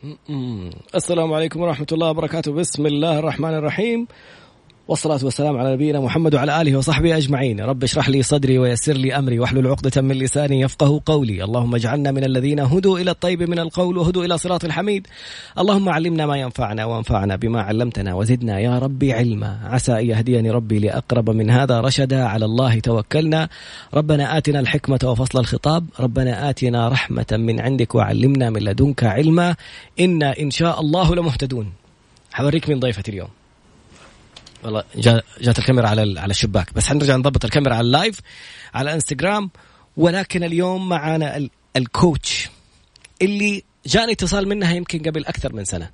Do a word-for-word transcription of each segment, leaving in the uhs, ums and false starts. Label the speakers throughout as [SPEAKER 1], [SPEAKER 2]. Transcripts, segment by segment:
[SPEAKER 1] السلام عليكم ورحمة الله وبركاته. بسم الله الرحمن الرحيم، والصلاة والسلام على نبينا محمد وعلى آله وصحبه أجمعين. رب اشرح لي صدري ويسر لي أمري واحلل عقدة من لساني يفقه قولي. اللهم اجعلنا من الذين هدوا إلى الطيب من القول وهدوا إلى صراط الحميد. اللهم علمنا ما ينفعنا وانفعنا بما علمتنا وزدنا يا ربي علما. عسى أن يهديني ربي لأقرب من هذا رشدا. على الله توكلنا. ربنا آتنا الحكمة وفصل الخطاب. ربنا آتنا رحمة من عندك وعلمنا من لدنك علما. إنا إن شاء الله لمهتدون. حوريك من ضيفة اليوم. والله جات الكاميرا على على الشباك، بس حنرجع نضبط الكاميرا على اللايف على انستغرام. ولكن اليوم معانا الكوتش اللي جاني اتصال منها يمكن قبل أكثر من سنة.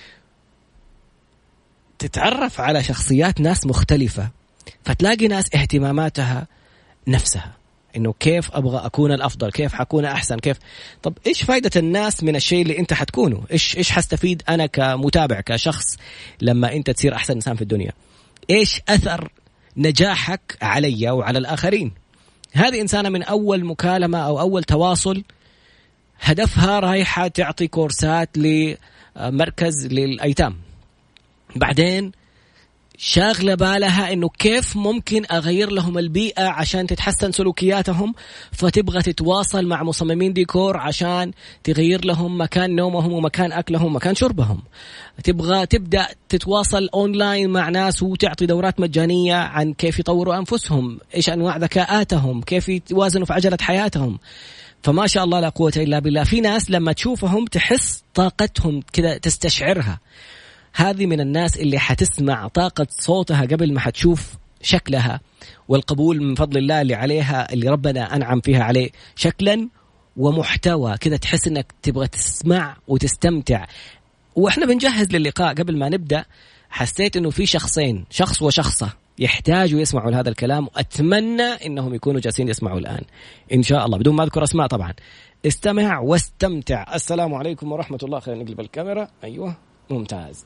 [SPEAKER 1] تتعرف على شخصيات ناس مختلفة، فتلاقي ناس اهتماماتها نفسها، إنه كيف أبغى أكون الأفضل، كيف حكون أحسن، كيف. طب إيش فايدة الناس من الشيء اللي أنت حتكونه؟ إيش إيش حستفيد أنا كمتابع كشخص لما أنت تصير أحسن إنسان في الدنيا؟ إيش أثر نجاحك علي وعلى الآخرين؟ هذه إنسانة من أول مكالمة أو أول تواصل هدفها رايحة تعطي كورسات لمركز للأيتام، بعدين شاغلة بالها إنه كيف ممكن أغير لهم البيئة عشان تتحسن سلوكياتهم، فتبغى تتواصل مع مصممين ديكور عشان تغير لهم مكان نومهم ومكان أكلهم ومكان شربهم. تبغى تبدأ تتواصل أونلاين مع ناس وتعطي دورات مجانية عن كيف يطوروا أنفسهم، إيش أنواع ذكاءاتهم، كيف يوازنوا في عجلة حياتهم. فما شاء الله لا قوة إلا بالله. في ناس لما تشوفهم تحس طاقتهم كذا تستشعرها. هذه من الناس اللي حتسمع طاقة صوتها قبل ما حتشوف شكلها، والقبول من فضل الله اللي عليها، اللي ربنا أنعم فيها عليه شكلا ومحتوى كذا، تحس أنك تبغى تسمع وتستمتع. وإحنا بنجهز للقاء قبل ما نبدأ حسيت أنه في شخصين، شخص وشخصة، يحتاجوا يسمعوا لهذا الكلام، وأتمنى أنهم يكونوا جالسين يسمعوا الآن إن شاء الله، بدون ما أذكر أسماء طبعا. استمع واستمتع. السلام عليكم ورحمة الله. خلينا نقلب الكاميرا. أيوة ممتاز.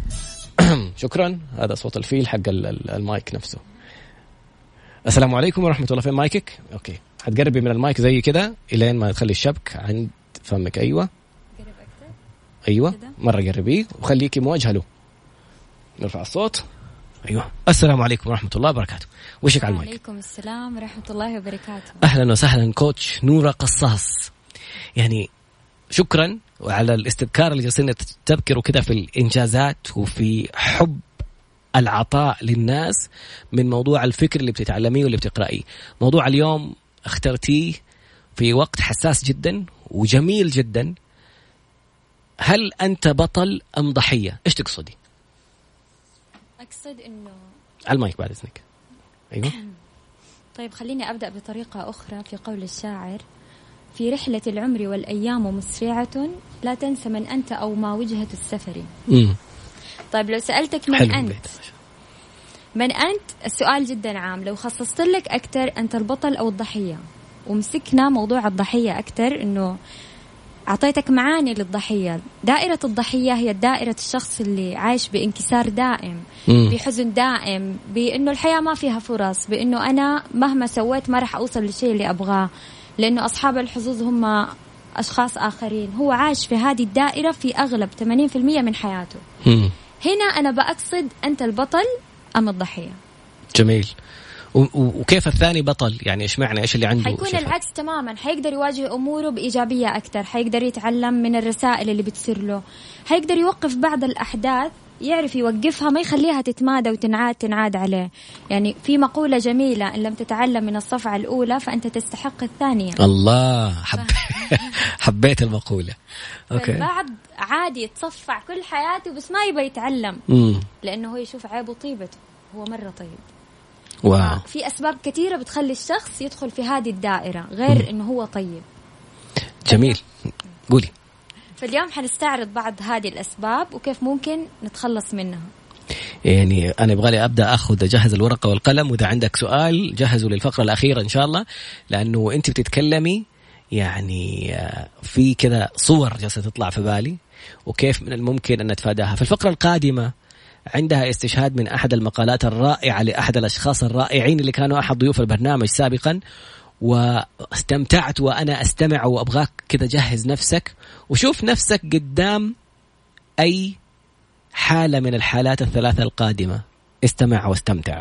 [SPEAKER 1] شكرا. هذا صوت الفيل حق المايك نفسه. السلام عليكم ورحمة الله. فين مايكك؟ أوكي، هتقربي من المايك زي كده إلين ما تخلي الشبك عند فمك. أيوة قرب أكتر. أيوة كدا. مرة قربيه وخليكي مواجهة له. نرفع الصوت. أيوة. السلام عليكم ورحمة الله وبركاته. وشك على المايك.
[SPEAKER 2] وعليكم السلام ورحمة الله وبركاته.
[SPEAKER 1] أهلا وسهلا كوتش نورة قصاص. يعني شكرا وعلى الاستذكار اللي جالسين تذكروا كده في الإنجازات وفي حب العطاء للناس من موضوع الفكر اللي بتتعلميه واللي بتقرأيه. موضوع اليوم اخترتيه في وقت حساس جدا وجميل جدا. هل أنت بطل أم ضحية؟ إيش تقصدي؟
[SPEAKER 2] أقصد إنه
[SPEAKER 1] على المايك بعد إذنك. أيوة.
[SPEAKER 2] طيب خليني أبدأ بطريقة أخرى. في قول الشاعر: في رحلة العمر والأيام مسرعة، لا تنسى من أنت أو ما وجهة السفر. مم. طيب لو سألتك من أنت بيت. من أنت، السؤال جدا عام. لو خصصت لك أكتر أنت البطل أو الضحية، ومسكنا موضوع الضحية أكتر، إنه أعطيتك معاني للضحية. دائرة الضحية هي دائرة الشخص اللي عايش بانكسار دائم، مم. بحزن دائم، بأنه الحياة ما فيها فرص، بأنه أنا مهما سويت ما رح أوصل للشيء اللي أبغاه، لأنه أصحاب الحظوظ هم أشخاص آخرين. هو عايش في هذه الدائرة في أغلب ثمانين بالمئة من حياته. مم. هنا أنا بأقصد أنت البطل أم الضحية.
[SPEAKER 1] جميل. وكيف الثاني بطل؟ يعني إيش معنى؟ إيش اللي عنده؟
[SPEAKER 2] حيكون شفت. العكس تماما. حيقدر يواجه أموره بإيجابية أكتر، حيقدر يتعلم من الرسائل اللي بتصير له، حيقدر يوقف بعض الأحداث، يعرف يوقفها، ما يخليها تتمادى وتنعاد تنعاد عليه. يعني في مقولة جميلة: إن لم تتعلم من الصفعة الأولى فأنت تستحق الثانية.
[SPEAKER 1] الله، حب... حبيت المقولة.
[SPEAKER 2] أوكي. البعض عادي يتصفع كل حياته بس ما يبغى يتعلم، مم. لأنه هو يشوف عيبه طيبته، هو مرة طيب.
[SPEAKER 1] واو.
[SPEAKER 2] في أسباب كثيرة بتخلي الشخص يدخل في هذه الدائرة غير مم. إنه هو طيب.
[SPEAKER 1] جميل. قولي.
[SPEAKER 2] فاليوم حنستعرض بعض هذه الأسباب وكيف ممكن نتخلص منها.
[SPEAKER 1] يعني أنا أبغى أبدأ أخذ أجهز الورقة والقلم، وإذا عندك سؤال جهزوا للفقرة الأخيرة إن شاء الله، لأنه أنت بتتكلمي يعني في كذا صور جالسة تطلع في بالي، وكيف من الممكن أن نتفاداها. في الفقرة القادمة عندها استشهاد من أحد المقالات الرائعة لأحد الأشخاص الرائعين اللي كانوا أحد ضيوف البرنامج سابقا، واستمتعت وأنا أستمع. وأبغاك كذا جهز نفسك وشوف نفسك قدام أي حالة من الحالات الثلاثة القادمة. استمع واستمتع.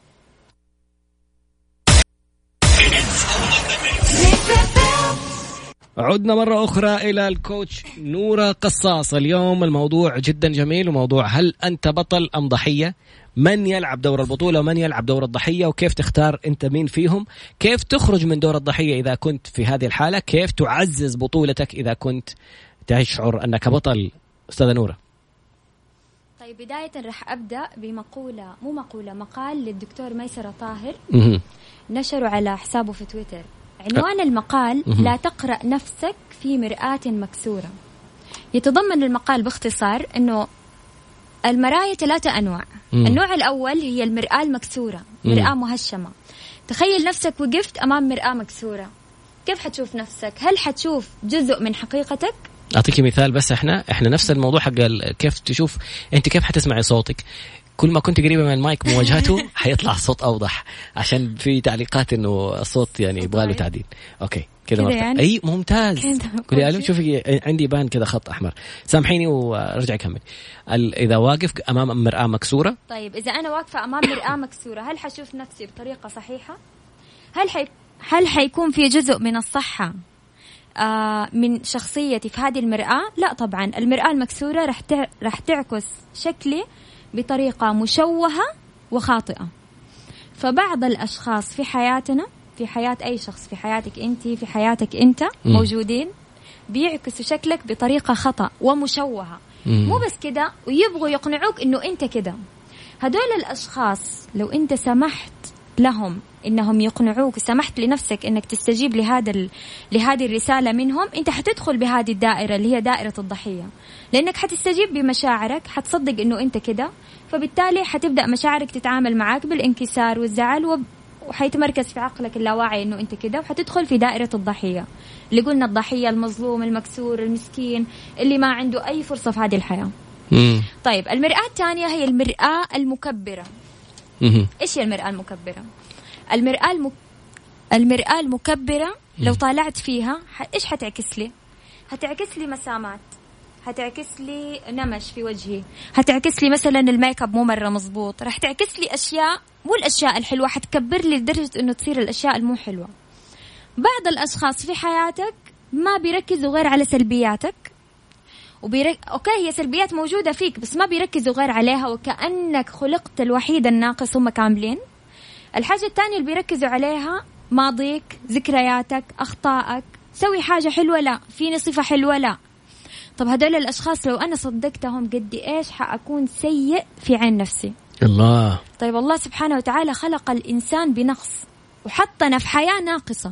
[SPEAKER 1] عدنا مرة أخرى إلى الكوتش نورة قصاص. اليوم الموضوع جدا جميل، وموضوع هل أنت بطل أم ضحية؟ من يلعب دور البطولة ومن يلعب دور الضحية، وكيف تختار أنت مين فيهم؟ كيف تخرج من دور الضحية إذا كنت في هذه الحالة؟ كيف تعزز بطولتك إذا كنت تشعر أنك بطل؟ أستاذة نورة.
[SPEAKER 2] طيب بداية رح أبدأ بمقولة، مو مقولة، مقال للدكتور ميسرة طاهر نشره على حسابه في تويتر. عنوان المقال: لا تقرأ نفسك في مرآة مكسورة. يتضمن المقال باختصار أنه المرايا ثلاثة أنواع. مم. النوع الأول هي المرآة المكسورة، مرآة مهشمة. تخيل نفسك وقفت أمام مرآة مكسورة، كيف حتشوف نفسك؟ هل حتشوف جزء من حقيقتك؟
[SPEAKER 1] أعطيك مثال بس. إحنا إحنا نفس الموضوع حق كيف تشوف أنت، كيف حتسمعي صوتك. كل ما كنت قريبة من المايك مواجهته حيطلع الصوت أوضح، عشان في تعليقات إنه الصوت يعني يبغى له تعديل. أوكي كذا يعني. أي ممتاز. قولي ألم شوفي عندي بان كذا خط أحمر، سامحيني ورجع أكمل. إذا واقف أمام مرآة مكسورة.
[SPEAKER 2] طيب إذا أنا واقفة أمام مرآة مكسورة، هل حشوف نفسي بطريقة صحيحة؟ هل حي... هل حيكون في جزء من الصحة آه من شخصيتي في هذه المرآة؟ لا طبعا. المرآة المكسورة رح تع... رح تعكس شكلي بطريقة مشوهة وخاطئة. فبعض الأشخاص في حياتنا، في حياة أي شخص، في حياتك أنت، في حياتك أنت موجودين، بيعكسوا شكلك بطريقة خطأ ومشوهة. مم. مو بس كده، ويبغوا يقنعوك إنه أنت كده. هدول الأشخاص لو أنت سمحت لهم إنهم يقنعوك، سمحت لنفسك إنك تستجيب لهذا ال... لهذه الرسالة منهم، أنت حتدخل بهذه الدائرة اللي هي دائرة الضحية، لأنك حتستجيب بمشاعرك، حتصدق إنه أنت كده، فبالتالي حتبدأ مشاعرك تتعامل معك بالانكسار والزعل، وب... وحيتمركز في عقلك اللاواعي إنه أنت كده، وحتدخل في دائرة الضحية اللي قلنا الضحية المظلوم المكسور المسكين اللي ما عنده أي فرصة في هذه الحياة. مم. طيب المرآة الثانية هي المرآة المكبرة. مم. إيش هي المرآة المكبرة؟ المرآة الم... المرآة المكبرة لو طالعت فيها ح... إيش حتعكس لي؟ هتعكس لي مسامات، هتعكس لي نمش في وجهي، هتعكس لي مثلا الميك اب مو مرة مزبوط، راح تعكس لي أشياء مو الأشياء الحلوة، حتكبر لي لدرجة إنه تصير الأشياء المو حلوة. بعض الأشخاص في حياتك ما بيركزوا غير على سلبياتك، وبيرك... أوكي هي سلبيات موجودة فيك بس ما بيركزوا غير عليها، وكأنك خلقت الوحيد الناقص هم كاملين. الحاجة الثانية اللي بيركزوا عليها ماضيك، ذكرياتك، أخطائك. سوي حاجة حلوة لا، فيني صفة حلوة لا. طب هدول الأشخاص لو أنا صدقتهم قد إيش حأكون سيء في عين نفسي.
[SPEAKER 1] الله.
[SPEAKER 2] طيب الله سبحانه وتعالى خلق الإنسان بنقص وحطنا في حياة ناقصة،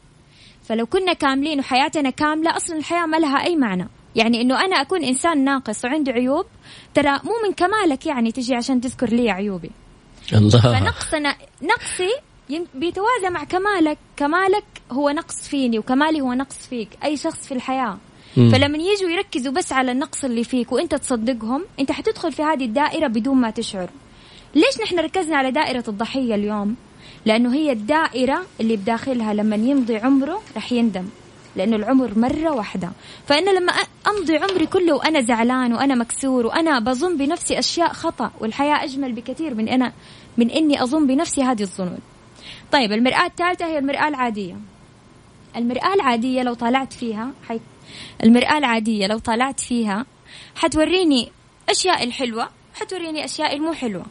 [SPEAKER 2] فلو كنا كاملين وحياتنا كاملة أصلا الحياة ما لها أي معنى. يعني إنه أنا أكون إنسان ناقص وعنده عيوب، ترى مو من كمالك يعني تجي عشان تذكر لي عيوبي.
[SPEAKER 1] الله.
[SPEAKER 2] فنقصنا نقصي بيتوازى مع كمالك، كمالك هو نقص فيني وكمالي هو نقص فيك، أي شخص في الحياة. م. فلما يجوا يركزوا بس على النقص اللي فيك وإنت تصدقهم، أنت حتدخل في هذه الدائرة بدون ما تشعر. ليش نحن ركزنا على دائرة الضحية اليوم؟ لأنه هي الدائرة اللي بداخلها لما يمضي عمره رح يندم، لأنه العمر مرة واحدة. فأنا لما أمضي عمري كله وأنا زعلان وأنا مكسور وأنا بظن بنفسي أشياء خطأ، والحياة أجمل بكثير من أنا من إني أظن بنفسي هذه الظنون. طيب المرآة الثالثة هي المرآة العادية. المرآة العادية لو طالعت فيها حي... المرآة العادية لو طالعت فيها حتوريني أشياء الحلوة، حتوريني أشياء المو حلوة.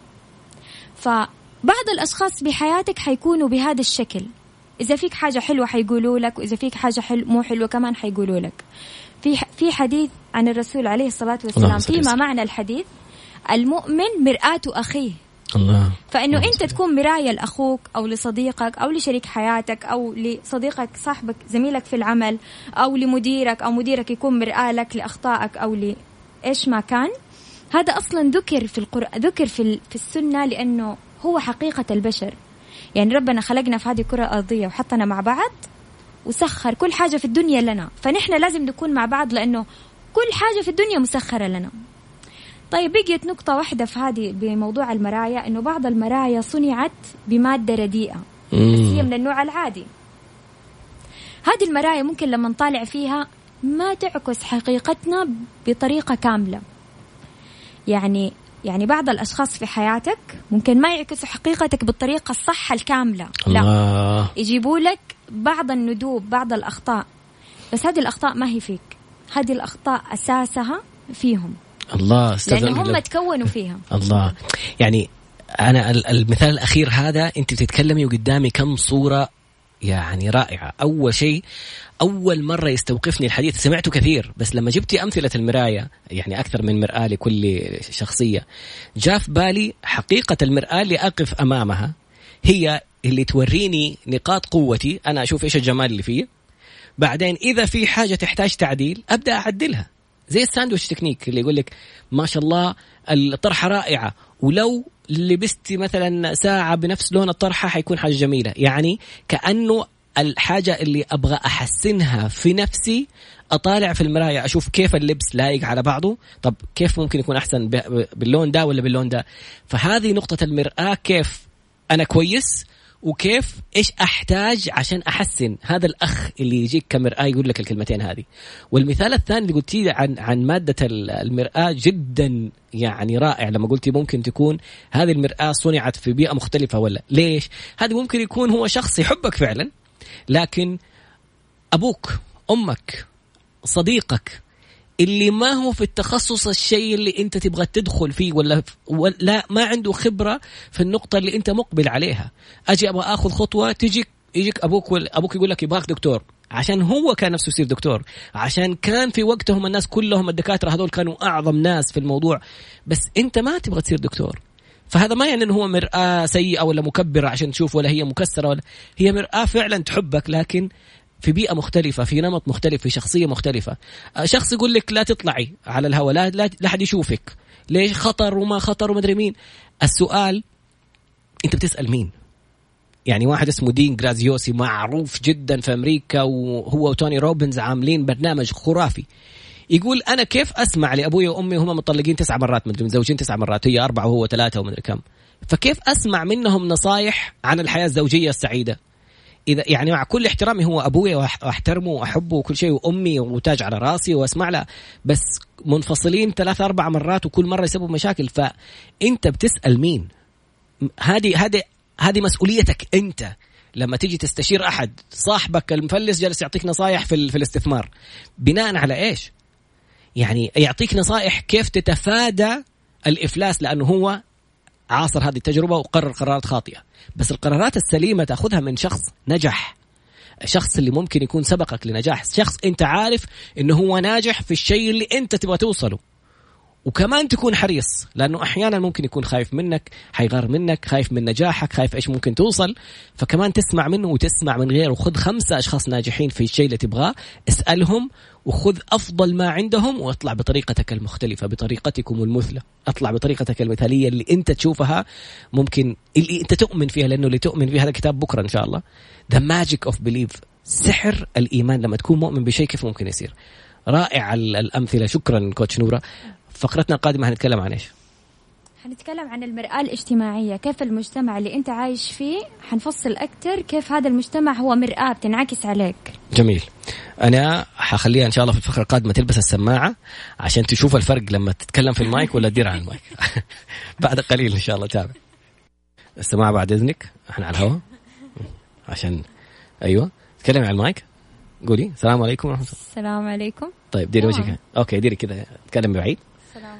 [SPEAKER 2] فبعض الأشخاص بحياتك حيكونوا بهذا الشكل، إذا فيك حاجة حلوة حيقولوا لك، وإذا فيك حاجة حلو مو حلوة كمان حيقولوا لك. في في حديث عن الرسول عليه الصلاة والسلام فيما معنى الحديث: المؤمن مرآة أخيه. الله. فإنه الله. أنت تكون مراية لأخوك أو لصديقك أو لشريك حياتك أو لصديقك صاحبك زميلك في العمل أو لمديرك، أو مديرك يكون مرآة لك لأخطائك أو لإيش ما كان. هذا أصلا ذكر في القرآن، ذكر في في السنة، لأنه هو حقيقة البشر. يعني ربنا خلقنا في هذه الكرة الأرضية وحطنا مع بعض وسخر كل حاجة في الدنيا لنا، فنحن لازم نكون مع بعض لأنه كل حاجة في الدنيا مسخرة لنا. طيب بقيت نقطة واحدة في هذه بموضوع المرايا، إنه بعض المرايا صنعت بمادة رديئة بس هي من النوع العادي. هذه المرايا ممكن لما نطالع فيها ما تعكس حقيقتنا بطريقة كاملة. يعني يعني بعض الأشخاص في حياتك ممكن ما يعكسوا حقيقتك بالطريقة الصح الكاملة، لا، يجيبوا لك بعض الندوب، بعض الأخطاء، بس هذه الأخطاء ما هي فيك، هذه الأخطاء أساسها فيهم.
[SPEAKER 1] الله،
[SPEAKER 2] لأن هم تكونوا فيها.
[SPEAKER 1] الله، يعني أنا المثال الأخير هذا أنت بتتكلمي وقدامي كم صورة يعني رائعة. أول شيء، أول مرة يستوقفني الحديث، سمعته كثير بس لما جبتي أمثلة المراية، يعني أكثر من مرآة لكل شخصية، جاء في بالي حقيقة المرآة اللي أقف أمامها هي اللي توريني نقاط قوتي، أنا أشوف إيش الجمال اللي فيه، بعدين إذا في حاجة تحتاج تعديل أبدأ أعدلها. زي الساندويتش تكنيك اللي يقول لك ما شاء الله الطرحة رائعة، ولو لبستي مثلا ساعة بنفس لون الطرحة حيكون حاجة جميلة. يعني كأنه الحاجة اللي أبغى أحسنها في نفسي أطالع في المراية أشوف كيف اللبس لايق على بعضه، طب كيف ممكن يكون أحسن باللون ده ولا باللون ده. فهذه نقطة المرآة، كيف أنا كويس وكيف إيش أحتاج عشان أحسن. هذا الأخ اللي يجيك كمرآة يقول لك الكلمتين هذه. والمثال الثاني اللي قلتيه عن عن مادة المرآة جدا يعني رائع، لما قلتي ممكن تكون هذه المرآة صنعت في بيئة مختلفة ولا ليش. هذا ممكن يكون هو شخص يحبك فعلا، لكن أبوك، أمك، صديقك اللي ما هو في التخصص الشيء اللي أنت تبغى تدخل فيه، ولا, ولا ما عنده خبرة في النقطة اللي أنت مقبل عليها. أجي أبغى أخذ خطوة، تجيك يجيك أبوك أبوك يقول لك يبغاك دكتور، عشان هو كان نفسه يصير دكتور، عشان كان في وقتهم الناس كلهم الدكاترة هذول كانوا أعظم ناس في الموضوع، بس أنت ما تبغى تصير دكتور. فهذا ما يعني أنه هو مرآة سيئة ولا مكبرة عشان تشوف، ولا هي مكسرة، ولا هي مرآة فعلا تحبك، لكن في بيئة مختلفة، في نمط مختلف، في شخصية مختلفة. شخص يقول لك لا تطلعي على الهواء، لا لا, لا حد يشوفك، ليش خطر وما خطر وما أدري مين. السؤال أنت بتسأل مين؟ يعني واحد اسمه دين جرازيوسي معروف جدا في أمريكا، وهو وتوني روبنز عاملين برنامج خرافي، يقول أنا كيف أسمع لأبوي وأمي وهم مطلقين تسع مرات، متزوجين تسع مرات، هي أربعة وهو ثلاثة ومدري كم، فكيف أسمع منهم نصايح عن الحياة الزوجية السعيدة؟ إذا يعني مع كل احترامي هو أبوي وأحترمه وأحبه وكل شيء، وأمي وتاج على راسي وأسمع له، بس منفصلين ثلاثة أربع مرات وكل مرة يسبب مشاكل. فأنت بتسأل مين؟ هذه هذه هذه مسؤوليتك أنت. لما تيجي تستشير أحد، صاحبك المفلس جالس يعطيك نصايح في, في الاستثمار، بناء على إيش؟ يعني يعطيك نصائح كيف تتفادى الإفلاس، لأنه هو عاصر هذه التجربة وقرر قرارات خاطئة. بس القرارات السليمة تأخذها من شخص نجح، شخص اللي ممكن يكون سبقك لنجاح، شخص أنت عارف إنه هو ناجح في الشيء اللي أنت تبغى توصله. وكمان تكون حريص، لأنه أحيانا ممكن يكون خايف منك، حيغار منك، خايف من نجاحك، خايف إيش ممكن توصل، فكمان تسمع منه وتسمع من غيره. وخذ خمسة أشخاص ناجحين في الشيء اللي تبغاه، اسألهم وخذ أفضل ما عندهم، واطلع بطريقتك المختلفة، بطريقتكم المثلى، اطلع بطريقتك المثالية اللي أنت تشوفها ممكن، اللي أنت تؤمن فيها، لأنه اللي تؤمن فيها هذا كتاب بكرة إن شاء الله، The Magic of Belief، سحر الإيمان. لما تكون مؤمن بشيء كيف ممكن يصير. رائع الأمثلة. شكرا كوتش نورة. فقرتنا القادمة هنتكلم عن إيش؟
[SPEAKER 2] حنتكلم عن المرآة الاجتماعية، كيف المجتمع اللي أنت عايش فيه، حنفصل أكتر كيف هذا المجتمع هو مرآة بتنعكس عليك.
[SPEAKER 1] جميل. أنا حخليها إن شاء الله في الفقرة القادمة تلبس السماعة عشان تشوف الفرق لما تتكلم في المايك ولا تدير على المايك. بعد قليل إن شاء الله. تابع السماعة بعد إذنك، إحنا على الهواء عشان أيوة تكلمي على المايك، قولي السلام عليكم ورحمة الله.
[SPEAKER 2] السلام عليكم.
[SPEAKER 1] طيب ديري وجهك. أوكي ديري كذا، تكلم بعيد. السلام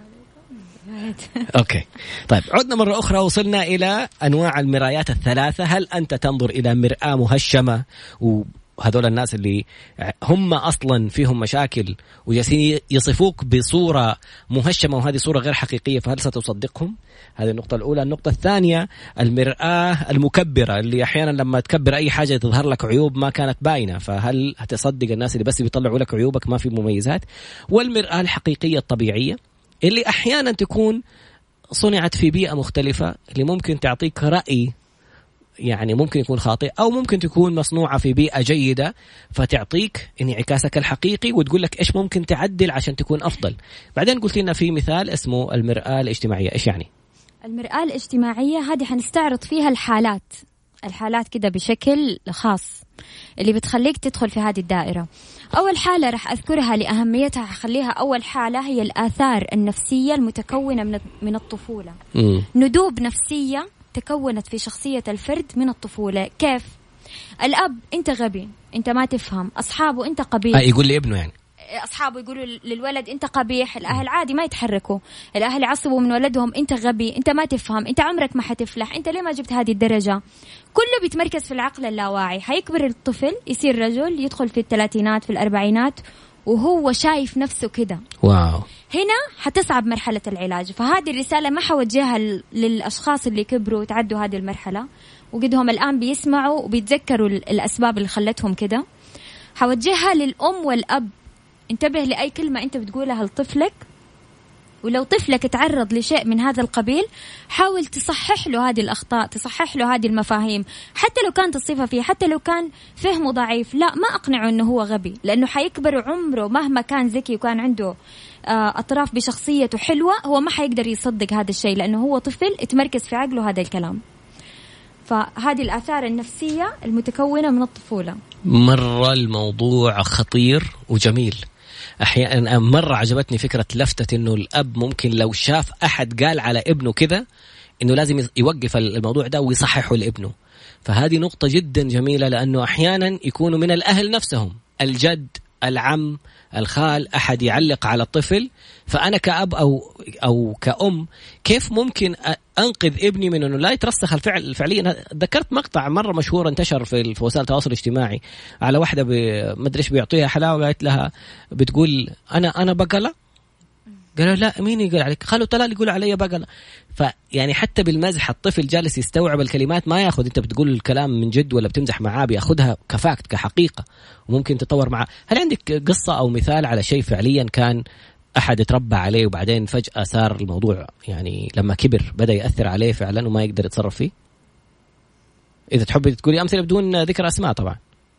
[SPEAKER 1] عليكم. أوكي طيب عدنا مرة أخرى، وصلنا إلى أنواع المرايات الثلاثة. هل أنت تنظر إلى مرآة مهشمة، وهذول الناس اللي هم أصلا فيهم مشاكل وياسين يصفوك بصورة مهشمة وهذه صورة غير حقيقية، فهل ستصدقهم؟ هذه النقطة الأولى. النقطة الثانية المرآة المكبرة، اللي أحيانا لما تكبر أي حاجة تظهر لك عيوب ما كانت باينة، فهل هتصدق الناس اللي بس بيطلعوا لك عيوبك ما في مميزات؟ والمرآة الحقيقية الطبيعية اللي أحيانا تكون صنعت في بيئة مختلفة، اللي ممكن تعطيك رأي يعني ممكن يكون خاطئ، أو ممكن تكون مصنوعة في بيئة جيدة فتعطيك انعكاسك الحقيقي وتقول لك إيش ممكن تعدل عشان تكون أفضل. بعدين قلت لنا في مثال اسمه المرآة الاجتماعية. إيش يعني؟
[SPEAKER 2] المرآة الاجتماعية هذه حنستعرض فيها الحالات الحالات كده بشكل خاص اللي بتخليك تدخل في هذه الدائرة. أول حالة رح أذكرها لأهميتها، خليها أول حالة، هي الآثار النفسية المتكونة من من الطفولة. م. ندوب نفسية تكونت في شخصية الفرد من الطفولة. كيف؟ الأب أنت غبي، أنت ما تفهم. أصحابه أنت قبيح.
[SPEAKER 1] آه يقول لي ابنه يعني
[SPEAKER 2] أصحابه يقولوا للولد أنت قبيح. الأهل عادي ما يتحركوا، الأهل يعصبوا من ولدهم أنت غبي، أنت ما تفهم، أنت عمرك ما حتفلح، أنت ليه ما جبت هذه الدرجة. كله بيتمركز في العقل اللاواعي. حيكبر الطفل يصير رجل، يدخل في الثلاثينات في الأربعينات وهو شايف نفسه كده.
[SPEAKER 1] واو.
[SPEAKER 2] هنا حتصعب مرحلة العلاج. فهذه الرسالة ما حوجهها للأشخاص اللي كبروا وتعدوا هذه المرحلة وقدهم الآن بيسمعوا وبيتذكروا الأسباب اللي خلتهم كده. حوجهها للأم والأب. انتبه لأي كلمة أنت بتقولها لطفلك، ولو طفلك تعرض لشيء من هذا القبيل حاول تصحح له هذه الأخطاء، تصحح له هذه المفاهيم، حتى لو كانت الصفة فيه، حتى لو كان فهمه ضعيف. لا، ما أقنعه أنه هو غبي، لأنه حيكبر عمره مهما كان ذكي وكان عنده أطراف بشخصيته حلوة، هو ما حيقدر يصدق هذا الشيء لأنه هو طفل اتمركز في عقله هذا الكلام. فهذه الآثار النفسية المتكونة من الطفولة.
[SPEAKER 1] مرة الموضوع خطير وجميل. أحيانا مرة عجبتني فكرة لفتة إنه الأب ممكن لو شاف أحد قال على ابنه كذا إنه لازم يوقف الموضوع ده ويصححه لابنه. فهذه نقطة جدا جميلة، لأنه أحيانا يكونوا من الأهل نفسهم، الجد، العم، الخال، أحد يعلق على الطفل. فأنا كأب أو أو كأم كيف ممكن أنقذ ابني من أنه لا يترسخ الفعل فعليا؟ ذكرت مقطع مرة مشهور انتشر في وسائل التواصل الاجتماعي على واحدة ما أدري إيش بيعطيها حلاوة، قالت لها بتقول أنا أنا بقلة. قالوا لا، مين يقول عليك؟ خلوا طلال يقول علي بقلة. فيعني حتى بالمزح الطفل جالس يستوعب الكلمات، ما ياخذ انت بتقول الكلام من جد ولا بتمزح معاه، بياخذها كفاكت كحقيقة وممكن تطور معاه. هل عندك قصة أو مثال على شيء فعليا كان أحد يتربى عليه وبعدين فجأة صار الموضوع يعني لما كبر بدأ يأثر عليه فعلا وما يقدر يتصرف فيه؟ إذا تحبي تقولي أمثلة بدون ذكر أسماء طبعا.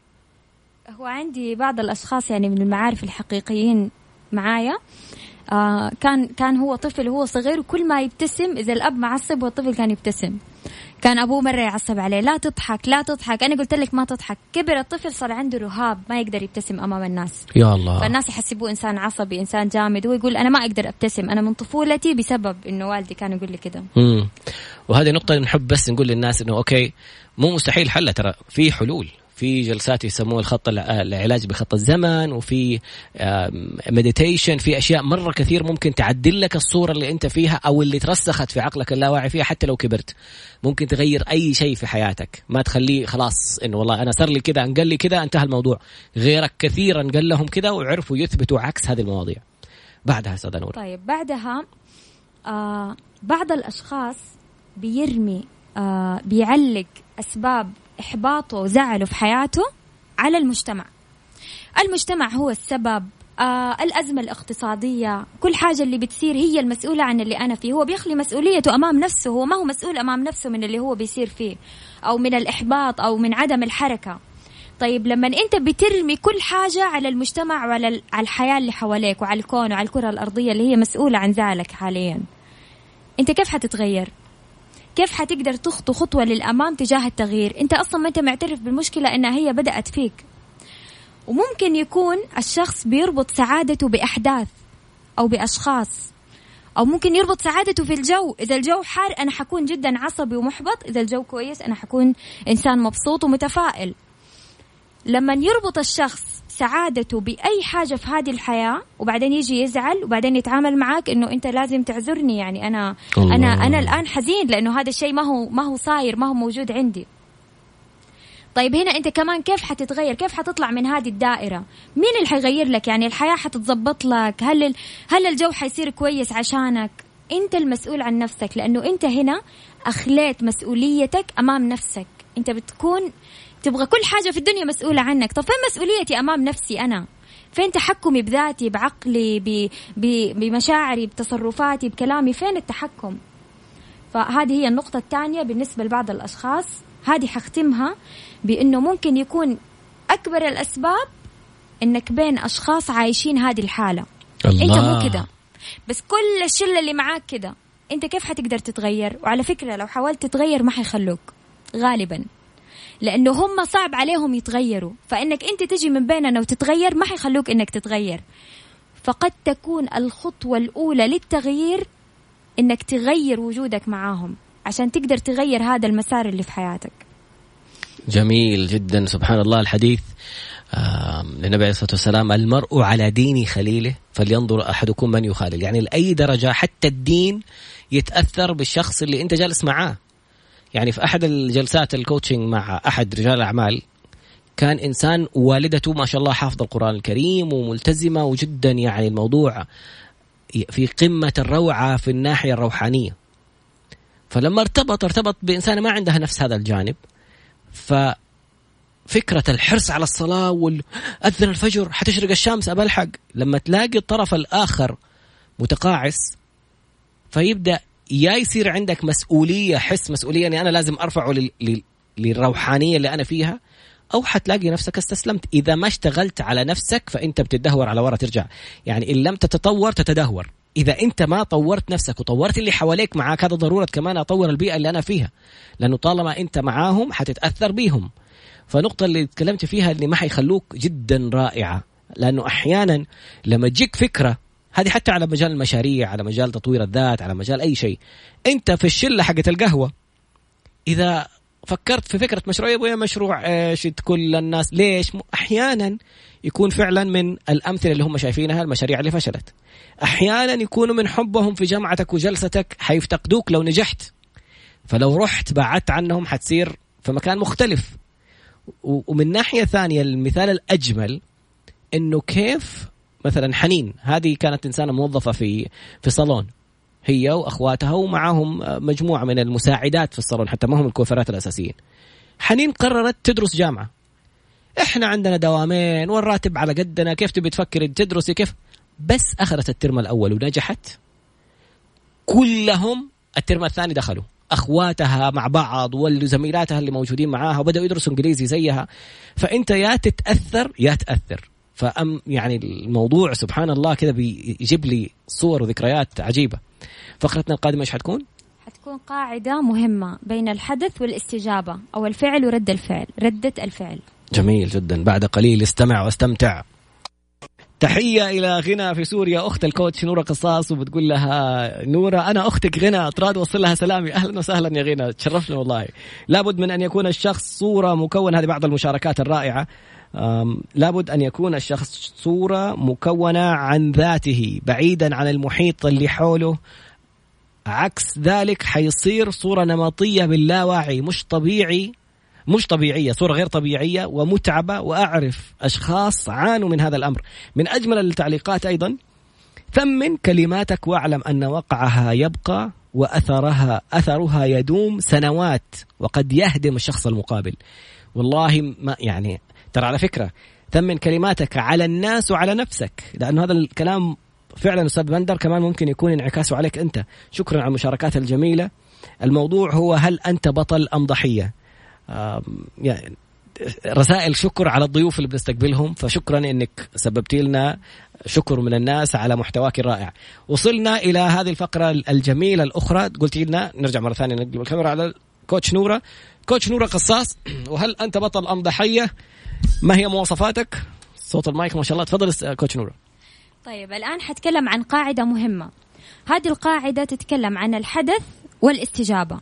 [SPEAKER 2] هو عندي بعض الأشخاص يعني من المعارف الحقيقيين معايا، آه كان كان هو طفل وهو صغير وكل ما يبتسم، إذا الأب معصب والطفل كان يبتسم، كان أبوه مرة يعصب عليه لا تضحك لا تضحك، أنا قلت لك ما تضحك. كبر الطفل صار عنده رهاب، ما يقدر يبتسم أمام الناس.
[SPEAKER 1] يا الله.
[SPEAKER 2] فالناس يحسبوه إنسان عصبي، إنسان جامد، هو يقول أنا ما أقدر أبتسم، أنا من طفولتي بسبب إنه والدي كان يقول لي كده.
[SPEAKER 1] امم وهذه نقطة نحب بس نقول للناس إنه أوكي مو مستحيل حل، ترى في حلول، في جلسات يسموه الخط العلاج بخط الزمن، وفي مديتيشن، في أشياء مرة كثير ممكن تعدل لك الصورة اللي أنت فيها أو اللي ترسخت في عقلك اللاواعي فيها. حتى لو كبرت ممكن تغير أي شيء في حياتك، ما تخليه خلاص إنه والله أنا صار لي كذا انقل لي كذا انتهى الموضوع. غيرك كثيرا قال لهم كذا وعرفوا يثبتوا عكس هذه المواضيع. بعدها أستاذة نور.
[SPEAKER 2] طيب بعدها آه بعض الأشخاص بيرمي آه بيعلق أسباب إحباطه وزعله في حياته على المجتمع. المجتمع هو السبب، آه الأزمة الاقتصادية، كل حاجة اللي بتصير هي المسؤولة عن اللي أنا فيه. هو بيخلي مسؤوليته أمام نفسه، هو ما هو مسؤول أمام نفسه من اللي هو بيصير فيه أو من الإحباط أو من عدم الحركة. طيب لما أنت بترمي كل حاجة على المجتمع وعلى الحياة اللي حواليك وعلى الكون وعلى الكرة الأرضية اللي هي مسؤولة عن زعلك حاليا، أنت كيف حتتغير؟ كيف حتقدر تخطو خطوة للأمام تجاه التغيير؟ أنت أصلا ما أنت معترف بالمشكلة إنها هي بدأت فيك. وممكن يكون الشخص بيربط سعادته بأحداث أو بأشخاص، أو ممكن يربط سعادته في الجو. إذا الجو حار أنا حكون جدا عصبي ومحبط، إذا الجو كويس أنا حكون إنسان مبسوط ومتفائل. لما يربط الشخص سعادته بأي حاجة في هذه الحياة وبعدين يجي يزعل وبعدين يتعامل معاك إنه أنت لازم تعذرني، يعني أنا الله. أنا أنا الآن حزين لأنه هذا الشيء ما هو ما هو صاير، ما هو موجود عندي. طيب هنا أنت كمان كيف حتتغير؟ كيف حتطلع من هذه الدائرة؟ مين اللي حيغير لك؟ يعني الحياة حتتضبط لك؟ هل ال... هل الجو حيصير كويس عشانك؟ أنت المسؤول عن نفسك، لأنه أنت هنا أخليت مسؤوليتك أمام نفسك. أنت بتكون تبغى كل حاجة في الدنيا مسؤولة عنك. طب فين مسؤوليتي أمام نفسي أنا؟ فين تحكمي بذاتي، بعقلي، ب... ب... بمشاعري، بتصرفاتي، بكلامي؟ فين التحكم؟ فهذه هي النقطة الثانية بالنسبة لبعض الأشخاص. هذه حختمها بأنه ممكن يكون أكبر الأسباب أنك بين أشخاص عايشين هذه الحالة. الله. أنت مو كده، بس كل الشلة اللي معاك كده. أنت كيف حتقدر تتغير؟ وعلى فكرة لو حاولت تتغير ما حيخلوك غالبا، لأنه هم صعب عليهم يتغيروا، فإنك أنت تجي من بيننا وتتغير ما حيخلوك إنك تتغير. فقد تكون الخطوة الأولى للتغيير إنك تغير وجودك معاهم عشان تقدر تغير هذا المسار اللي في حياتك.
[SPEAKER 1] جميل جدا. سبحان الله الحديث للنبي عليه الصلاة والسلام: المرء على دين خليله فلينظر أحدكم من يخالل. يعني لأي درجة حتى الدين يتأثر بالشخص اللي أنت جالس معاه. يعني في أحد الجلسات الكوتشنج مع أحد رجال الأعمال كان إنسان والدته ما شاء الله حافظ القرآن الكريم وملتزمة وجدا، يعني الموضوع في قمة الروعة في الناحية الروحانية. فلما ارتبط ارتبط بإنسان ما عندها نفس هذا الجانب، ففكرة الحرص على الصلاة والأذن الفجر حتشرق الشمس أبلحق، لما تلاقي الطرف الآخر متقاعس فيبدأ يا يصير عندك مسؤولية، حس مسؤولية يعني أنا لازم أرفعه للروحانية اللي أنا فيها، أو حتلاقي نفسك استسلمت. إذا ما اشتغلت على نفسك فأنت بتدهور على ورا ترجع. يعني إن لم تتطور تتدهور. إذا أنت ما طورت نفسك وطورت اللي حواليك معاك، هذا ضرورة كمان أطور البيئة اللي أنا فيها، لأنه طالما أنت معاهم حتتأثر بيهم. فنقطة اللي تكلمت فيها اللي ما حيخلوك جدا رائعة، لأنه أحيانا لما تجيك فكرة، هذه حتى على مجال المشاريع، على مجال تطوير الذات، على مجال أي شيء، أنت في الشلة حقت القهوة إذا فكرت في فكرة مشروع، يبغى مشروع ايش كل الناس ليش، أحيانا يكون فعلا من الأمثلة اللي هم شايفينها المشاريع اللي فشلت. أحيانا يكونوا من حبهم في جامعتك وجلستك حيفتقدوك لو نجحت، فلو رحت بعدت عنهم حتصير في مكان مختلف. ومن ناحية ثانية المثال الأجمل إنه كيف مثلا حنين، هذه كانت إنسانة موظفة في في صالون، هي وأخواتها ومعهم مجموعة من المساعدات في الصالون، حتى ما هم الكوفرات الأساسيين. حنين قررت تدرس جامعة. إحنا عندنا دوامين والراتب على قدنا، كيف تبي تفكر تدرسي كيف؟ بس أخذت الترم الأول ونجحت، كلهم الترم الثاني دخلوا أخواتها مع بعض والزميلاتها اللي موجودين معاها وبدأوا يدرسوا إنجليزي زيها. فأنت يا تتأثر يا تأثر. فأم يعني الموضوع سبحان الله كذا بيجيب لي صور وذكريات عجيبة. فقرتنا القادمة إيش حتكون؟
[SPEAKER 2] حتكون قاعدة مهمة بين الحدث والاستجابة، أو الفعل ورد الفعل، ردة الفعل.
[SPEAKER 1] جميل جدا. بعد قليل استمع واستمتع. تحية إلى غنى في سوريا، أخت الكوتش نورة قصاص، وبتقول لها نورة أنا أختك غنى، تراد وصل لها سلامي. أهلا وسهلا يا غنى، تشرفنا والله. لابد من أن يكون الشخص صورة مكونة، هذه بعض المشاركات الرائعة. لابد أن يكون الشخص صورة مكونة عن ذاته بعيدا عن المحيط اللي حوله، عكس ذلك حيصير صورة نمطية باللاواعي، مش طبيعي، مش طبيعية، صورة غير طبيعية ومتعبة. وأعرف أشخاص عانوا من هذا الأمر. من أجمل التعليقات أيضا: ثمن كلماتك واعلم أن وقعها يبقى وأثرها أثرها يدوم سنوات وقد يهدم الشخص المقابل. والله ما يعني ترى على فكرة ثمن كلماتك على الناس وعلى نفسك، لأن هذا الكلام فعلا أستاذ بندر كمان ممكن يكون انعكاسه عليك أنت. شكرا على المشاركات الجميلة. الموضوع هو هل أنت بطل أم ضحية؟ يعني رسائل شكر على الضيوف اللي بنستقبلهم، فشكرا انك سببتي لنا شكر من الناس على محتواك الرائع. وصلنا الى هذه الفقره الجميله الاخرى، قلتي لنا نرجع مره ثانيه نقلب الكاميرا على كوتش نوره. كوتش نوره قصاص، وهل انت بطل ام ضحيه؟ ما هي مواصفاتك؟ صوت المايك ما شاء الله، تفضل كوتش نوره.
[SPEAKER 2] طيب الان حتكلم عن قاعده مهمه. هذه القاعده تتكلم عن الحدث والاستجابه،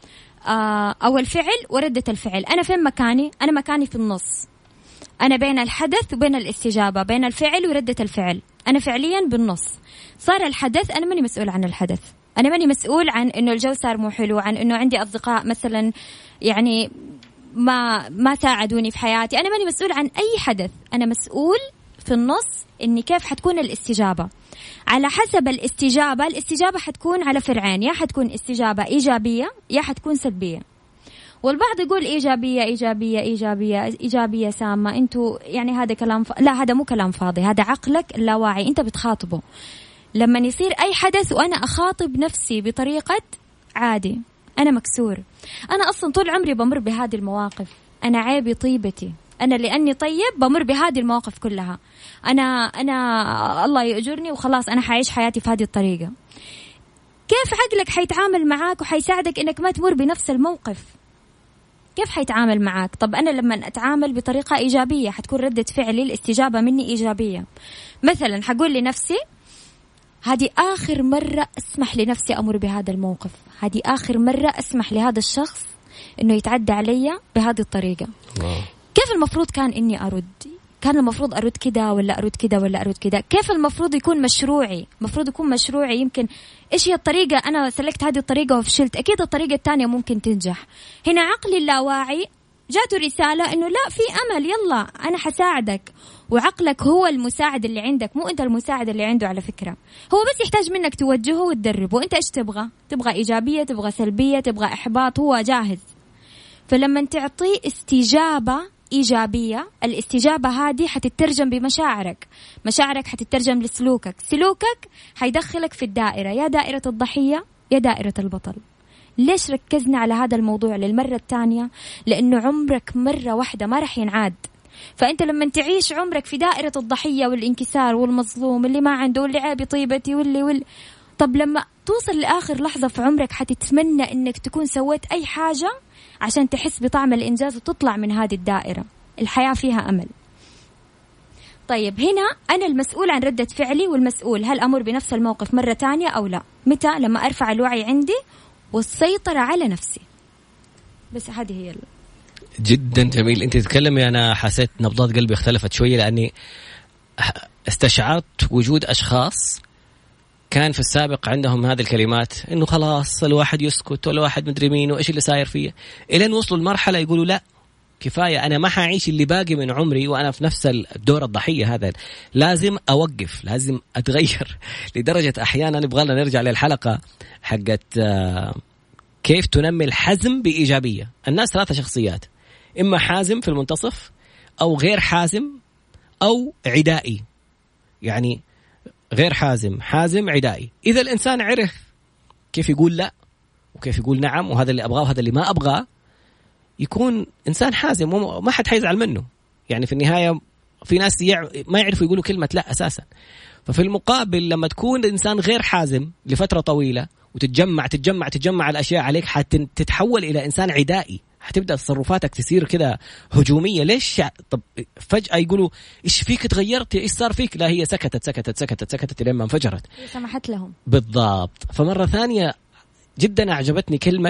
[SPEAKER 2] أو الفعل وردة الفعل. أنا فين مكاني؟ أنا مكاني في النص، أنا بين الحدث وبين الاستجابة، بين الفعل وردة الفعل. أنا فعليا بالنص. صار الحدث، أنا ماني مسؤول عن الحدث، أنا ماني مسؤول عن إنه الجو صار مو حلو، عن إنه عندي أصدقاء مثلا يعني ما ما ساعدوني في حياتي. أنا ماني مسؤول عن أي حدث، أنا مسؤول في النص إني كيف حتكون الاستجابة. على حسب الاستجابة، الاستجابة حتكون على فرعين، يا حتكون استجابة إيجابية يا حتكون سلبية. والبعض يقول إيجابية إيجابية إيجابية إيجابية سامة، أنتوا يعني هذا كلام ف... لا، هذا مو كلام فاضي، هذا عقلك اللاواعي أنت بتخاطبه. لما يصير أي حدث وأنا أخاطب نفسي بطريقة عادي، أنا مكسور، أنا أصلا طول عمري بمر بهذه المواقف، أنا عيبي طيبتي، أنا لأني طيب بمر بهذه المواقف كلها، أنا أنا الله يأجرني وخلاص أنا حعيش حياتي في هذه الطريقة. كيف عقلك حيتعامل معاك وحيساعدك إنك ما تمر بنفس الموقف؟ كيف حيتعامل معك؟ طب أنا لما أتعامل بطريقة إيجابية حتكون ردة فعلي الاستجابة مني إيجابية. مثلا حقول لنفسي هذه آخر مرة أسمح لنفسي أمر بهذا الموقف، هذه آخر مرة أسمح لهذا الشخص إنه يتعدى علي بهذه الطريقة. واو. كيف المفروض كان إني أرد؟ كان المفروض أرد كده ولا أرد كده ولا أرد كده؟ كيف المفروض يكون مشروعي؟ المفروض يكون مشروعي يمكن إيش هي الطريقة؟ أنا سلكت هذه الطريقة وفشلت، أكيد الطريقة الثانية ممكن تنجح. هنا عقلي اللاواعي جاته رسالة إنه لا، في أمل، يلا أنا حساعدك. وعقلك هو المساعد اللي عندك، مو أنت المساعد اللي عنده على فكرة. هو بس يحتاج منك توجهه وتدربه. أنت إيش تبغى؟ تبغى إيجابية، تبغى سلبية، تبغى إحباط، هو جاهز. فلما تعطيه استجابة إيجابية، الاستجابة هذه حتترجم بمشاعرك، مشاعرك حتترجم لسلوكك، سلوكك حيدخلك في الدائرة، يا دائرة الضحية يا دائرة البطل. ليش ركزنا على هذا الموضوع للمرة الثانية؟ لأنه عمرك مرة واحدة ما رح ينعاد. فأنت لما تعيش عمرك في دائرة الضحية والإنكسار والمظلوم اللي ما عنده واللي عابي طيبتي واللي واللي طب لما توصل لآخر لحظة في عمرك حتتمنى إنك تكون سويت أي حاجة عشان تحس بطعم الإنجاز وتطلع من هذه الدائرة. الحياة فيها أمل. طيب هنا أنا المسؤول عن ردة فعلي، والمسؤول هل أمر بنفس الموقف مرة تانية أو لا. متى؟ لما أرفع الوعي عندي والسيطرة على نفسي. بس هذه هي ال...
[SPEAKER 1] جدا جميل. أنت تتكلمي أنا حسيت نبضات قلبي اختلفت شوية، لأني استشعرت وجود أشخاص كان في السابق عندهم هذه الكلمات إنه خلاص الواحد يسكت ولا واحد مدري مين وإيش اللي صاير فيه، إلين وصلوا المرحلة يقولوا لا كفاية، أنا ما حعيش اللي باقي من عمري وأنا في نفس الدور الضحية هذا، لازم أوقف، لازم أتغير. لدرجة أحيانا نبغى لنا نرجع للحلقة حقت كيف تنمي الحزم بإيجابية. الناس ثلاثة شخصيات، إما حازم في المنتصف أو غير حازم أو عدائي. يعني غير حازم، حازم، عدائي. إذا الإنسان عرف كيف يقول لا وكيف يقول نعم وهذا اللي أبغاه وهذا اللي ما أبغاه، يكون إنسان حازم وما حد حيزعل منه. يعني في النهاية في ناس يع... ما يعرفوا يقولوا كلمة لا أساسا. ففي المقابل لما تكون إنسان غير حازم لفترة طويلة وتتجمع تتجمع تتجمع الأشياء عليك، حتتحول إلى إنسان عدائي، حتبدأ تصرفاتك تصير كده هجومية. ليش؟ طب فجأة يقولوا إيش فيك تغيرت، إيش صار فيك؟ لا، هي سكتت سكتت سكتت سكتت لما انفجرت،
[SPEAKER 2] سمحت لهم.
[SPEAKER 1] بالضبط. فمرة ثانية جدا أعجبتني كلمة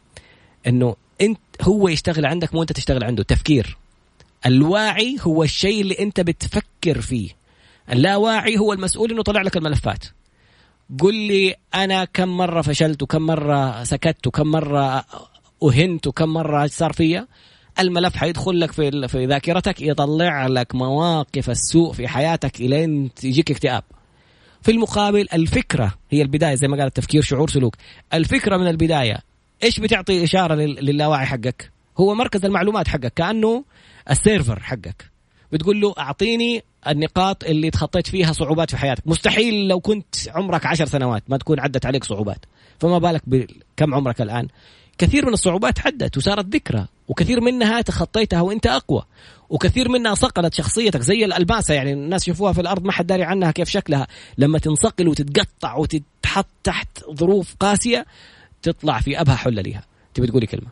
[SPEAKER 1] إنه أنت هو يشتغل عندك مو أنت تشتغل عنده. تفكير الواعي هو الشيء اللي أنت بتفكر فيه، اللاواعي هو المسؤول إنه طلع لك الملفات. قل لي أنا كم مرة فشلت وكم مرة سكت وكم مرة أهنت وكم مرة صار فيا، الملف حيدخل لك في في ذاكرتك، يطلع لك مواقف السوء في حياتك إلين يجيك اكتئاب. في المقابل الفكرة هي البداية، زي ما قال التفكير شعور سلوك. الفكرة من البداية إيش بتعطي إشارة للاواعي حقك؟ هو مركز المعلومات حقك، كأنه السيرفر حقك. بتقول له أعطيني النقاط اللي تخطيت فيها صعوبات في حياتك. مستحيل لو كنت عمرك عشر سنوات ما تكون عدت عليك صعوبات، فما بالك بكم عمرك الآن. كثير من الصعوبات عدت وصارت ذكرى، وكثير منها تخطيتها وانت أقوى، وكثير منها صقلت شخصيتك زي الألباسة. يعني الناس يشوفوها في الأرض ما حد داري عنها كيف شكلها، لما تنصقل وتتقطع وتتحط تحت ظروف قاسية تطلع في أبهى حلة ليها. تبي تقولي كلمة؟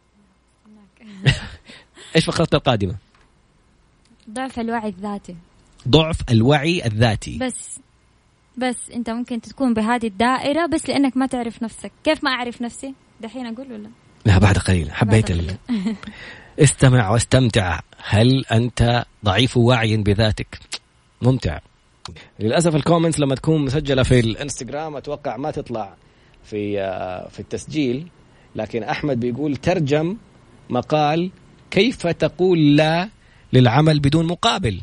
[SPEAKER 1] إيش فقرتنا القادمة؟
[SPEAKER 2] ضعف الوعي الذاتي.
[SPEAKER 1] ضعف الوعي الذاتي.
[SPEAKER 2] بس بس أنت ممكن تكون بهذه الدائرة بس لأنك ما تعرف نفسك. كيف ما أعرف نفسي؟ دحين أقول ولا
[SPEAKER 1] لا بعد قليل. حبيت ال... استمع واستمتع. هل أنت ضعيف وعي بذاتك؟ ممتع. للأسف الكومنتس لما تكون مسجلة في الانستغرام أتوقع ما تطلع في في التسجيل، لكن أحمد بيقول ترجم مقال كيف تقول لا للعمل بدون مقابل.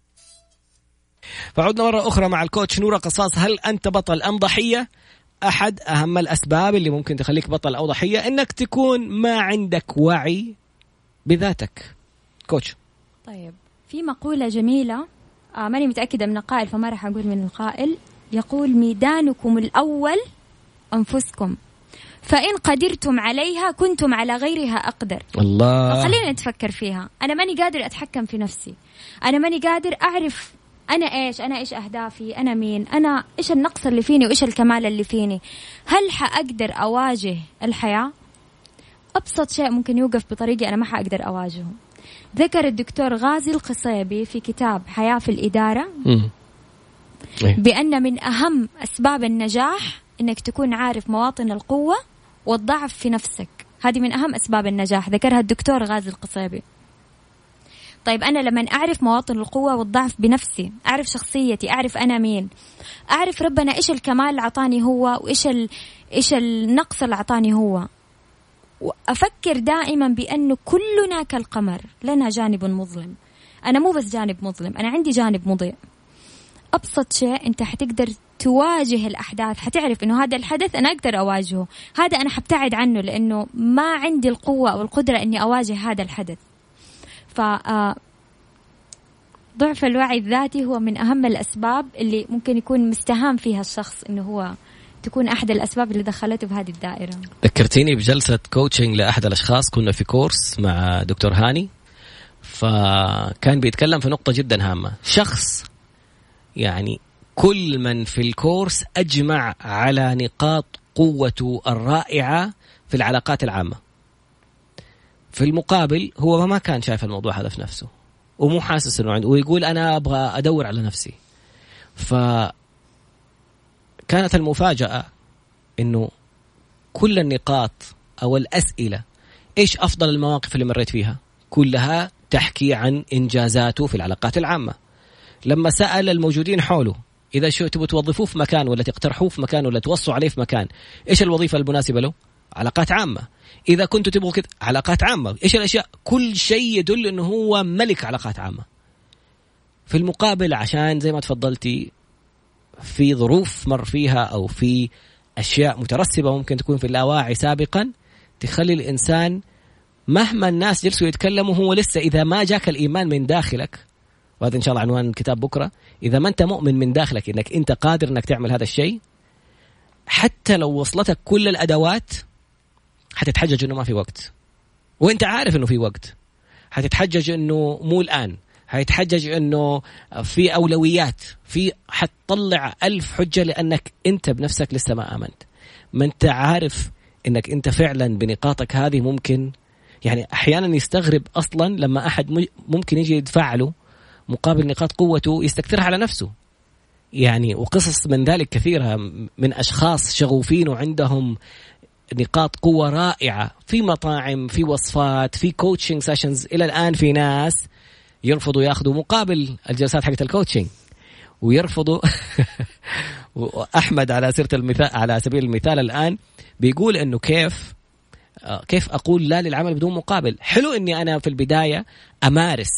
[SPEAKER 1] فعودنا مرة أخرى مع الكوتش نورة قصاص. هل أنت بطل أم ضحية؟ أحد أهم الأسباب اللي ممكن تخليك بطل أو ضحية إنك تكون ما عندك وعي بذاتك. كوتش.
[SPEAKER 2] طيب في مقولة جميلة آه ماني متأكدة من القائل فما راح أقول من القائل، يقول ميدانكم الأول أنفسكم، فإن قدرتم عليها كنتم على غيرها أقدر.
[SPEAKER 1] الله.
[SPEAKER 2] فخلينا نتفكر فيها. أنا ماني قادر أتحكم في نفسي، أنا ماني قادر أعرف أنا إيش، أنا إيش أهدافي، أنا مين، أنا إيش النقص اللي فيني وإيش الكمال اللي فيني. هل حأقدر أواجه الحياة؟ أبسط شيء ممكن يوقف بطريقة أنا ما حقدر أواجهه. ذكر الدكتور غازي القصيبي في كتاب حياة في الإدارة بأن من أهم أسباب النجاح إنك تكون عارف مواطن القوة والضعف في نفسك. هذه من أهم أسباب النجاح، ذكرها الدكتور غازي القصيبي. طيب أنا لما أعرف مواطن القوة والضعف بنفسي، أعرف شخصيتي، أعرف أنا مين، أعرف ربنا إيش الكمال اللي عطاني هو وإيش ال... إيش النقص اللي عطاني هو، وأفكر دائما بأنه كلنا كالقمر لنا جانب مظلم. أنا مو بس جانب مظلم، أنا عندي جانب مضيء. أبسط شيء أنت حتقدر تواجه الأحداث، حتعرف إنه هذا الحدث أنا أقدر أواجهه، هذا أنا حبتعد عنه لأنه ما عندي القوة أو القدرة إني أواجه هذا الحدث. فضعف الوعي الذاتي هو من أهم الأسباب اللي ممكن يكون مستهان فيها الشخص، إنه هو تكون أحد الأسباب اللي دخلته بهذه الدائرة.
[SPEAKER 1] ذكرتيني بجلسة كوتشنج لأحد الأشخاص، كنا في كورس مع دكتور هاني، فكان بيتكلم في نقطة جدا هامة. شخص يعني كل من في الكورس أجمع على نقاط قوته الرائعة في العلاقات العامة، في المقابل هو ما كان شايف الموضوع هذا في نفسه ومو حاسس انه عنده، ويقول انا ابغى ادور على نفسي. فكانت المفاجأة انه كل النقاط او الاسئلة ايش افضل المواقف اللي مريت فيها كلها تحكي عن انجازاته في العلاقات العامة. لما سأل الموجودين حوله اذا شو تبغوا توظفوه في مكان ولا تقترحوه في مكان ولا توصوا عليه في مكان، ايش الوظيفة المناسبة له؟ علاقات عامة. إذا كنتوا تبغوا كده علاقات عامة، إيش الأشياء؟ كل شيء يدل إنه هو ملك علاقات عامة. في المقابل عشان زي ما تفضلتي في ظروف مر فيها أو في أشياء مترسبة ممكن تكون في اللاواعي سابقا تخلي الإنسان مهما الناس جلسوا يتكلموا هو لسه إذا ما جاك الإيمان من داخلك، وهذا إن شاء الله عنوان الكتاب بكرة، إذا ما أنت مؤمن من داخلك إنك أنت قادر إنك تعمل هذا الشيء، حتى لو وصلتك كل الأدوات حتتحجج إنه ما في وقت، وإنت عارف إنه في وقت. حتتحجج إنه مو الآن، حتتحجج إنه في أولويات، في حتطلع ألف حجة لأنك أنت بنفسك لسه ما آمنت. ما أنت عارف إنك أنت فعلا بنقاطك هذه ممكن، يعني أحيانا يستغرب أصلا لما أحد ممكن يجي يدفع له مقابل نقاط قوته يستكثرها على نفسه. يعني وقصص من ذلك كثيرة من أشخاص شغوفين وعندهم نقاط قوة رائعة في مطاعم، في وصفات، في كوتشنج سيشنز. إلى الآن في ناس يرفضوا ياخذوا مقابل الجلسات حقت الكوتشنج ويرفضوا وأحمد على سيرة المثال، على سبيل المثال الآن بيقول إنه كيف كيف أقول لا للعمل بدون مقابل. حلو إني أنا في البداية أمارس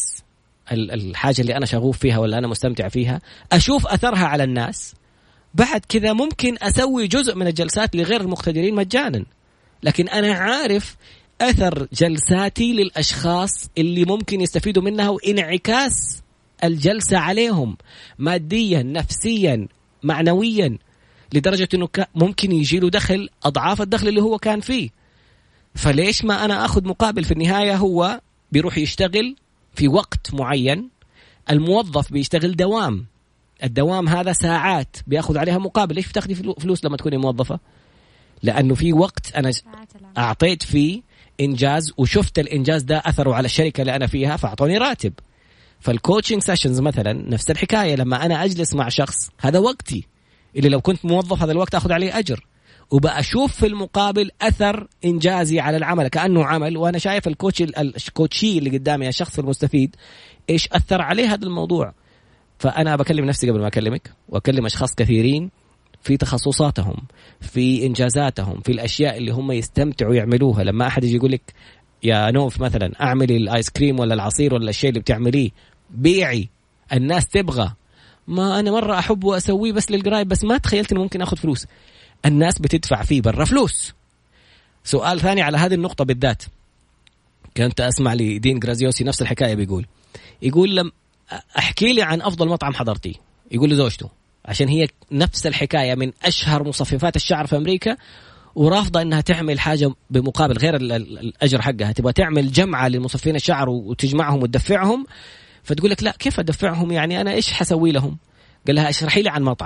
[SPEAKER 1] الحاجة اللي أنا شغوف فيها ولا أنا مستمتع فيها، أشوف أثرها على الناس، بعد كذا ممكن أسوي جزء من الجلسات لغير المقتدرين مجانا. لكن أنا عارف أثر جلساتي للأشخاص اللي ممكن يستفيدوا منها وإنعكاس الجلسة عليهم ماديا نفسيا معنويا، لدرجة أنه ممكن يجيله دخل أضعاف الدخل اللي هو كان فيه. فليش ما أنا أخذ مقابل؟ في النهاية هو بيروح يشتغل في وقت معين، الموظف بيشتغل دوام، الدوام هذا ساعات بيأخذ عليها مقابل. ليش بتاخدي فلوس لما تكوني موظفة؟ لأنه في وقت أنا أعطيت فيه إنجاز وشفت الإنجاز ده أثره على الشركة اللي أنا فيها فأعطوني راتب. فالكوتشنج سيشنز مثلا نفس الحكاية، لما أنا أجلس مع شخص هذا وقتي اللي لو كنت موظف هذا الوقت أخذ عليه أجر، وبأشوف في المقابل أثر إنجازي على العمل كأنه عمل، وأنا شايف الكوتش الكوتشي اللي قدامي الشخص المستفيد إيش أثر عليه هذا الموضوع. فأنا بكلم نفسي قبل ما أكلمك وأكلم أشخاص كثيرين في تخصصاتهم، في إنجازاتهم، في الأشياء اللي هم يستمتعوا يعملوها. لما أحد يجي يقول لك يا نوف مثلا أعملي الآيس كريم ولا العصير ولا الشيء اللي بتعمليه بيعي، الناس تبغى، ما أنا مرة أحب وأسويه بس للقرايب، بس ما تخيلت إنه ممكن أخذ فلوس. الناس بتدفع فيه برا فلوس. سؤال ثاني على هذه النقطة بالذات، كنت أسمع لي دين غرازيوسي نفس الحكاية، بيقول يقول لم أحكي لي عن أفضل مطعم حضرتيه، يقول لزوجته عشان هي نفس الحكاية من أشهر مصففات الشعر في أمريكا ورافضة أنها تعمل حاجة بمقابل غير الأجر حقها، تبغى تعمل جمعة لمصفين الشعر وتجمعهم وتدفعهم. فتقول لك لا كيف أدفعهم، يعني أنا إيش حسوي لهم؟ قال لها اشرحي لي عن مطعم.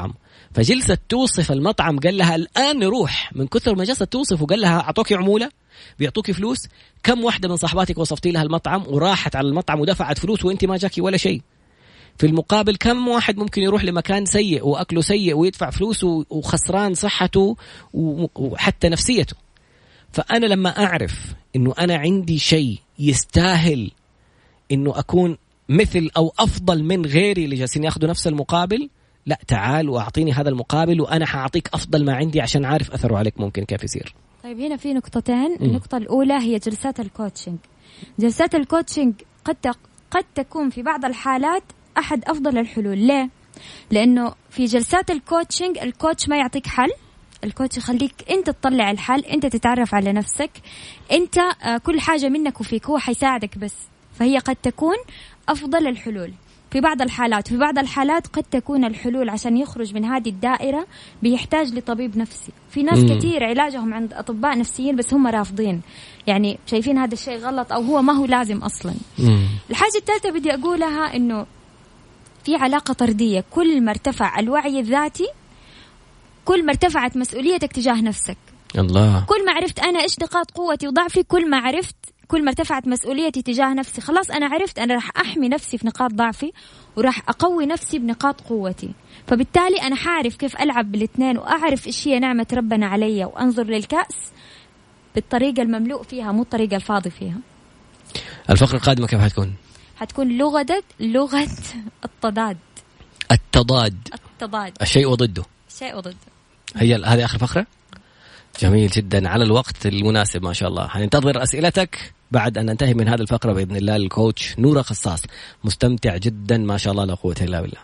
[SPEAKER 1] فجلست توصف المطعم، قال لها الآن نروح. من كثر ما جلست توصف وقال لها أعطوك عمولة، بيعطوكي فلوس. كم واحدة من صاحباتك وصفتي لها المطعم وراحت على المطعم ودفعت فلوس وانت ما جاكي ولا شيء؟ في المقابل كم واحد ممكن يروح لمكان سيء وأكله سيء ويدفع فلوس وخسران صحته وحتى نفسيته؟ فأنا لما أعرف إنه أنا عندي شيء يستاهل إنه أكون مثل أو أفضل من غيري اللي جالسين يأخذوا نفس المقابل، لا تعال وأعطيني هذا المقابل وأنا حأعطيك أفضل ما عندي عشان عارف أثره عليك ممكن كيف يصير.
[SPEAKER 2] طيب هنا في نقطتين. م. النقطة الأولى هي جلسات الكوتشنج. جلسات الكوتشنج قد قد تكون في بعض الحالات أحد أفضل الحلول. ليه؟ لأنه في جلسات الكوتشنج الكوتش ما يعطيك حل، الكوتش يخليك أنت تطلع الحل، أنت تتعرف على نفسك، أنت كل حاجة منك وفيك، هو حيساعدك بس. فهي قد تكون أفضل الحلول في بعض الحالات. في بعض الحالات قد تكون الحلول عشان يخرج من هذه الدائرة بيحتاج لطبيب نفسي. في ناس مم. كتير علاجهم عند أطباء نفسيين بس هم رافضين، يعني شايفين هذا الشيء غلط أو هو ما هو لازم أصلا. مم. الحاجة الثالثة بدي أقولها إنه في علاقة طردية. كل ما ارتفع الوعي الذاتي كل ما ارتفعت مسؤوليتك تجاه نفسك.
[SPEAKER 1] الله.
[SPEAKER 2] كل ما عرفت أنا إيش نقاط قوتي وضعفي كل ما عرفت كل ما ارتفعت مسؤوليتي تجاه نفسي. خلاص أنا عرفت أنا راح أحمي نفسي في نقاط ضعفي وراح أقوي نفسي بنقاط قوتي. فبالتالي أنا حاعرف كيف ألعب بالاثنين وأعرف إيش هي نعمة ربنا علي وأنظر للكأس بالطريقة المملوء فيها مو الطريقة الفاضي فيها.
[SPEAKER 1] الفقرة القادمة كيف هتكون؟
[SPEAKER 2] هتكون لغة لغة التضاد.
[SPEAKER 1] التضاد.
[SPEAKER 2] التضاد.
[SPEAKER 1] الشيء وضده.
[SPEAKER 2] الشيء وضده.
[SPEAKER 1] هي هذه آخر فقرة. جميل جدا، على الوقت المناسب ما شاء الله. هننتظر أسئلتك بعد أن ننتهي من هذه الفقرة بإذن الله. الكوتش نورة خصاص مستمتع جدا ما شاء الله لا قوة إلا بالله.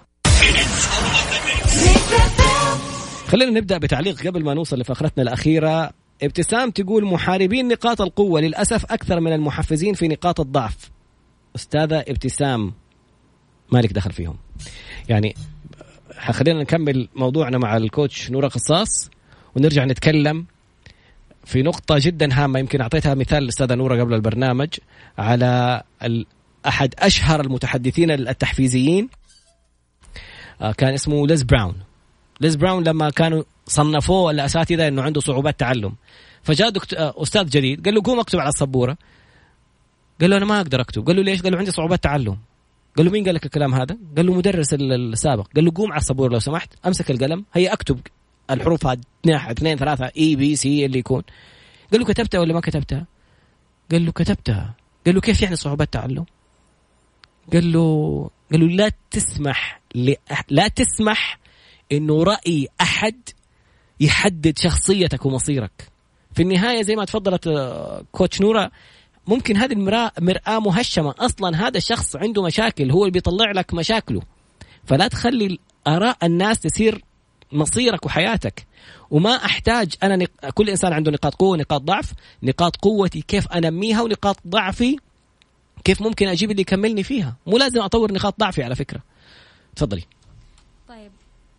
[SPEAKER 1] خلينا نبدأ بتعليق قبل ما نوصل لفقرتنا الأخيرة. ابتسام تقول محاربين نقاط القوة للأسف أكثر من المحفزين في نقاط الضعف. أستاذة ابتسام مالك دخل فيهم. يعني خلينا نكمل موضوعنا مع الكوتش نورة خصاص ونرجع نتكلم في نقطة جدا هامة. يمكن أعطيتها مثال الأستاذة نورة قبل البرنامج على أحد أشهر المتحدثين التحفيزيين، كان اسمه ليز براون. ليز براون لما كانوا صنفوه الأساتذة أنه عنده صعوبات تعلم، فجاء أستاذ جديد قال له قوم اكتب على السبورة. قال له أنا ما أقدر أكتب. قال له ليش؟ قال له عندي صعوبات تعلم. قال له مين قال لك الكلام هذا؟ قال له مدرس السابق. قال له قوم على السبورة لو سمحت، أمسك القلم، هيا أكتب الحروف هذه اثنين ثلاثة اي بي سي اللي يكون. قال له كتبتها ولا ما كتبتها؟ قال له كتبتها. قال له كيف يعني صعوبات تعلم؟ قال له قال له لا تسمح لا تسمح إنه رأي أحد يحدد شخصيتك ومصيرك. في النهاية زي ما تفضلت كوتش نورة، ممكن هذه المرآة مرآة مهشمة أصلا. هذا الشخص عنده مشاكل، هو اللي بيطلع لك مشاكله. فلا تخلي آراء الناس تسير مصيرك وحياتك. وما أحتاج أنا نق... كل إنسان عنده نقاط قوة ونقاط ضعف. نقاط قوتي كيف أنميها، ونقاط ضعفي كيف ممكن أجيب اللي يكملني فيها. مو لازم أطور نقاط ضعفي على فكرة. تفضلي.
[SPEAKER 2] طيب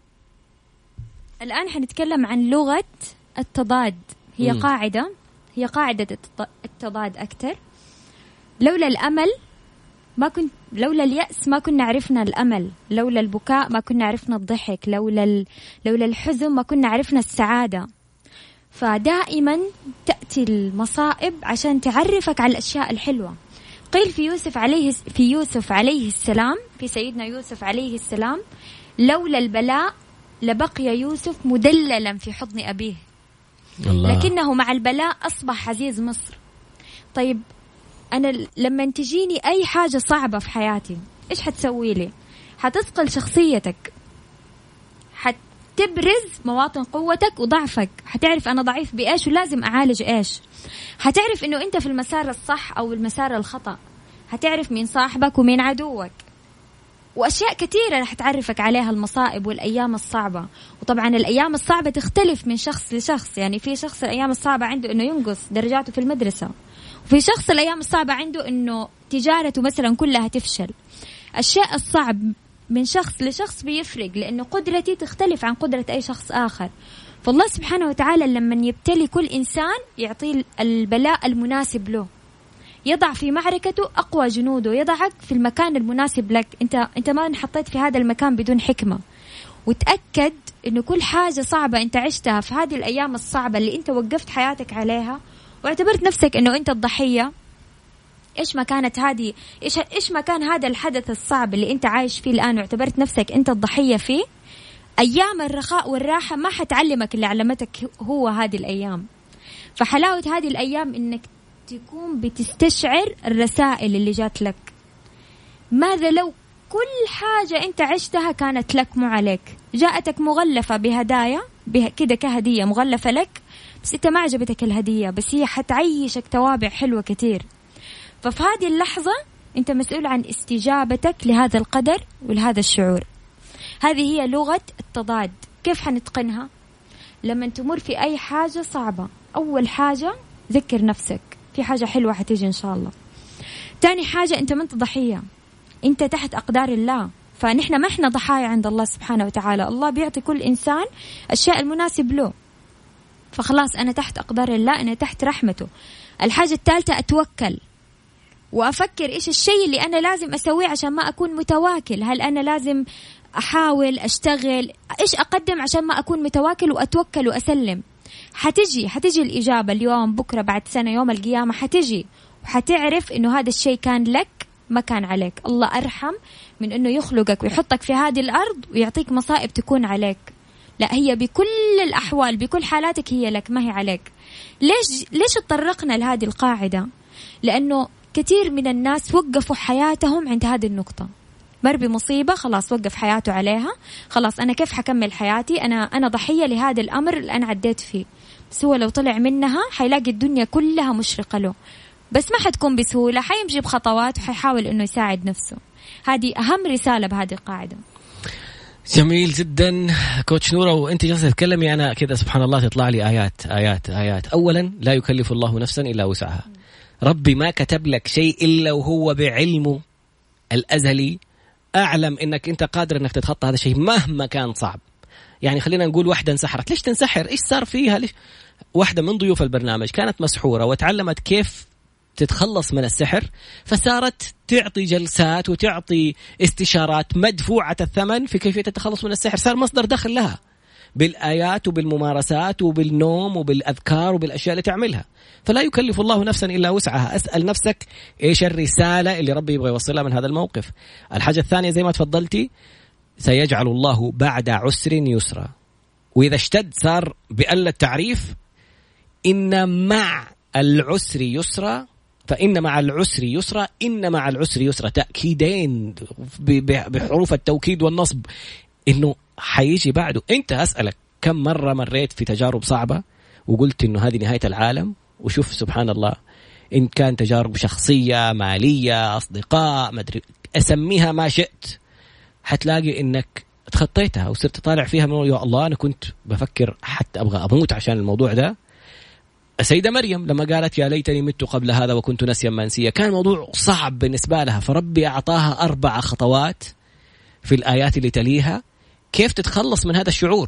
[SPEAKER 2] الآن حنتكلم عن لغة التضاد. هي م. قاعدة هي قاعدة التضاد أكتر. لولا الأمل ما كنت لولا اليأس ما كنا عرفنا الأمل، لولا البكاء ما كنا عرفنا الضحك، لولا ال... لولا الحزن ما كنا عرفنا السعادة. فدائما تأتي المصائب عشان تعرفك على الأشياء الحلوة. قيل في يوسف عليه في يوسف عليه السلام في سيدنا يوسف عليه السلام لولا البلاء لبقي يوسف مدللا في حضن أبيه الله. لكنه مع البلاء أصبح عزيز مصر. طيب أنا لما تجيني أي حاجة صعبة في حياتي إيش حتسوي لي؟ حتثقل شخصيتك، حتبرز مواطن قوتك وضعفك، حتعرف أنا ضعيف بإيش ولازم أعالج إيش، حتعرف إنه أنت في المسار الصح أو المسار الخطأ، حتعرف مين صاحبك ومين عدوك، وأشياء كثيرة رح تعرفك عليها المصائب والأيام الصعبة. وطبعا الأيام الصعبة تختلف من شخص لشخص. يعني في شخص الأيام الصعبة عنده إنه ينقص درجاته في المدرسة، وفي شخص الأيام الصعبة عنده إنه تجارته مثلا كلها تفشل. الشيء الصعب من شخص لشخص بيفرق، لأنه قدرتي تختلف عن قدرة أي شخص آخر. فالله سبحانه وتعالى لما يبتلي كل إنسان يعطيه البلاء المناسب له، يضع في معركته أقوى جنوده، يضعك في المكان المناسب لك. أنت أنت ما انحطيت في هذا المكان بدون حكمة. وتأكد إنه كل حاجة صعبة أنت عشتها في هذه الأيام الصعبة اللي أنت وقفت حياتك عليها واعتبرت نفسك إنه أنت الضحية، إيش ما كانت هذه إيش إيش ما كان هذا الحدث الصعب اللي أنت عايش فيه الآن واعتبرت نفسك أنت الضحية فيه، أيام الرخاء والراحة ما حتعلمك اللي علمتك هو هذه الأيام. فحلاوة هذه الأيام إنك تكون بتستشعر الرسائل اللي جات لك. ماذا لو كل حاجة أنت عشتها كانت لك مو عليك، جاءتك مغلفة بهدايا كده كهدية مغلفة لك، بس أنت ما عجبتك الهدية، بس هي حتعيشك توابع حلوة كتير. ففي هذه اللحظة أنت مسؤول عن استجابتك لهذا القدر ولهذا الشعور. هذه هي لغة التضاد. كيف حنتقنها؟ لما تمر في أي حاجة صعبة، أول حاجة ذكر نفسك في حاجة حلوة حتيجي إن شاء الله. تاني حاجة أنت ما أنت ضحية، أنت تحت أقدار الله. فنحن ما إحنا ضحايا عند الله سبحانه وتعالى، الله بيعطي كل إنسان الشيء المناسب له. فخلاص أنا تحت أقدار الله، أنا تحت رحمته. الحاجة الثالثة أتوكل وأفكر إيش الشيء اللي أنا لازم أسويه عشان ما أكون متواكل. هل أنا لازم أحاول أشتغل، إيش أقدم عشان ما أكون متواكل وأتوكل وأسلم. حتجي حتجي الإجابة اليوم بكرة بعد سنة يوم القيامة حتجي، وحتعرف إنه هذا الشيء كان لك ما كان عليك. الله أرحم من إنه يخلقك ويحطك في هذه الأرض ويعطيك مصائب تكون عليك. لا، هي بكل الأحوال بكل حالاتك هي لك ما هي عليك. ليش ليش تطرقنا لهذه القاعدة؟ لأنه كثير من الناس وقفوا حياتهم عند هذه النقطة. مر بمصيبة خلاص وقف حياته عليها، خلاص أنا كيف حكمل حياتي؟ أنا أنا ضحية لهذا الأمر اللي أنا عديت فيه. بس هو لو طلع منها حيلاقي الدنيا كلها مشرقة له، بس ما حتكون بسهولة، حيمشي بخطوات وحيحاول إنه يساعد نفسه. هذه أهم رسالة بهذه القاعدة.
[SPEAKER 1] جميل جدا كوتش نورة، وانت جالسة تتكلمي أنا كذا سبحان الله تطلع لي آيات آيات آيات. أولا لا يكلف الله نفسا إلا وسعها. ربي ما كتب لك شيء إلا وهو بعلمه الأزلي أعلم إنك أنت قادر إنك تتخطى هذا الشيء مهما كان صعب. يعني خلينا نقول واحدة انسحرت، ليش تنسحر؟ إيش صار فيها؟ ليش؟ واحدة من ضيوف البرنامج كانت مسحورة وتعلمت كيف تتخلص من السحر، فصارت تعطي جلسات وتعطي استشارات مدفوعة الثمن في كيفية التخلص من السحر. صار مصدر دخل لها بالآيات وبالممارسات وبالنوم وبالأذكار وبالأشياء اللي تعملها. فلا يكلف الله نفسا إلا وسعها. أسأل نفسك إيش الرسالة اللي ربي يبغى يوصلها من هذا الموقف. الحاجة الثانية زي ما تفضلتي، سيجعل الله بعد عسر يسرا. وإذا اشتد صار بأل التعريف، إن مع العسر يسرا، فإن مع العسر يسرا، إن مع العسر يسرا، تأكيدين بحروف التوكيد والنصب إنه حيجي بعده. أنت أسألك كم مرة مريت في تجارب صعبة وقلت إنه هذه نهاية العالم؟ وشوف سبحان الله، إن كان تجارب شخصية مالية أصدقاء مدري أسميها ما شئت، حتلاقي إنك تخطيتها وصرت طالع فيها من يا الله أنا كنت بفكر حتى أبغى أموت عشان الموضوع ده. السيدة مريم لما قالت يا ليتني مت قبل هذا وكنت نسيا منسيا، كان موضوع صعب بالنسبة لها، فربي أعطاها أربع خطوات في الآيات اللي تليها كيف تتخلص من هذا الشعور.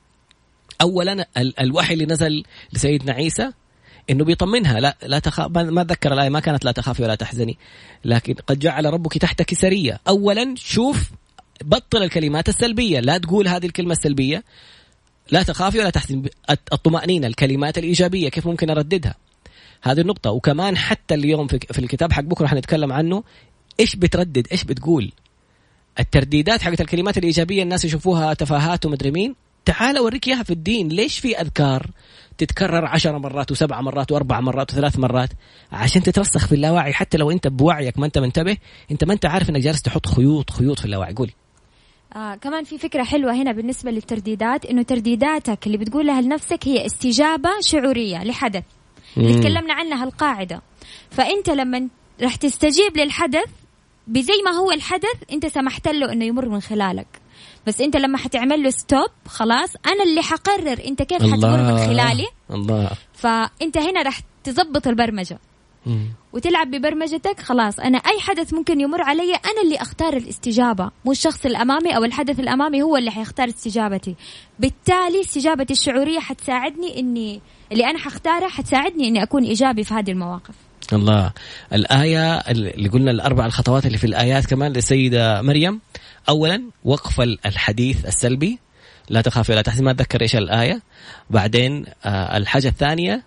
[SPEAKER 1] أولا الوحي اللي نزل لسيدنا عيسى إنه بيطمنها، لا لا تخاف، ما ذكر الآية ما كانت لا تخافي ولا تحزني، لكن قد جعل ربك تحتك سرية. أولا شوف، بطل الكلمات السلبية، لا تقول هذه الكلمة السلبية، لا تخافي ولا تحزني. الطمأنينة، الكلمات الإيجابية كيف ممكن أرددها، هذه النقطة. وكمان حتى اليوم في الكتاب حق بكرة حنتكلم عنه، إيش بتردد، إيش بتقول. الترديدات حقت الكلمات الإيجابية الناس يشوفوها تفاهات ومدري مين، تعال أوريك إياها في الدين. ليش في أذكار تتكرر عشر مرات وسبع مرات وأربع مرات وثلاث مرات؟ عشان تترسخ في اللاوعي، حتى لو أنت بوعيك ما أنت منتبه، أنت ما أنت عارف أنك جالس تحط خيوط خيوط في اللاوعي. قولي.
[SPEAKER 2] آه كمان في فكرة حلوة هنا بالنسبة للترديدات، إنه ترديداتك اللي بتقولها لنفسك هي استجابة شعورية لحدث اللي تكلمنا عنها القاعدة. فأنت لما رح تستجيب للحدث بزي ما هو الحدث، أنت سمحت له إنه يمر من خلالك. بس أنت لما حتعمل له ستوب، خلاص أنا اللي حقرر أنت كيف حتمر من خلالي.
[SPEAKER 1] الله.
[SPEAKER 2] فأنت هنا رح تزبط البرمجة مم. وتلعب ببرمجتك. خلاص أنا أي حدث ممكن يمر علي أنا اللي أختار الاستجابة، مو الشخص الأمامي أو الحدث الأمامي هو اللي حيختار استجابتي. بالتالي استجابتي الشعورية حتساعدني إني اللي أنا حختارها حتساعدني إني أكون إيجابي في هذه المواقف.
[SPEAKER 1] الله. الآية اللي قلنا الأربع الخطوات اللي في الآيات كمان للسيدة مريم، أولا وقف الحديث السلبي، لا تخاف ولا تحزن، ما أتذكر إيش الآية. بعدين آه الحاجة الثانية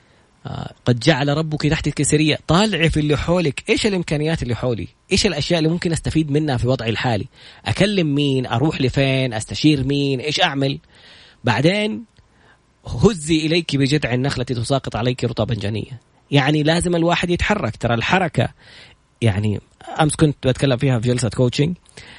[SPEAKER 1] آه قد جعل ربك تحتك سرية، طالعي في اللي حولك، إيش الإمكانيات اللي حولي، إيش الأشياء اللي ممكن أستفيد منها في وضعي الحالي، أكلم مين، أروح لفين، أستشير مين، إيش أعمل. بعدين هزي إليك بجذع النخلة تساقط عليك رطبا جنيا، يعني لازم الواحد يتحرك. ترى الحركة يعني أمس كنت بتكلم فيها في جلسة كوتشنج،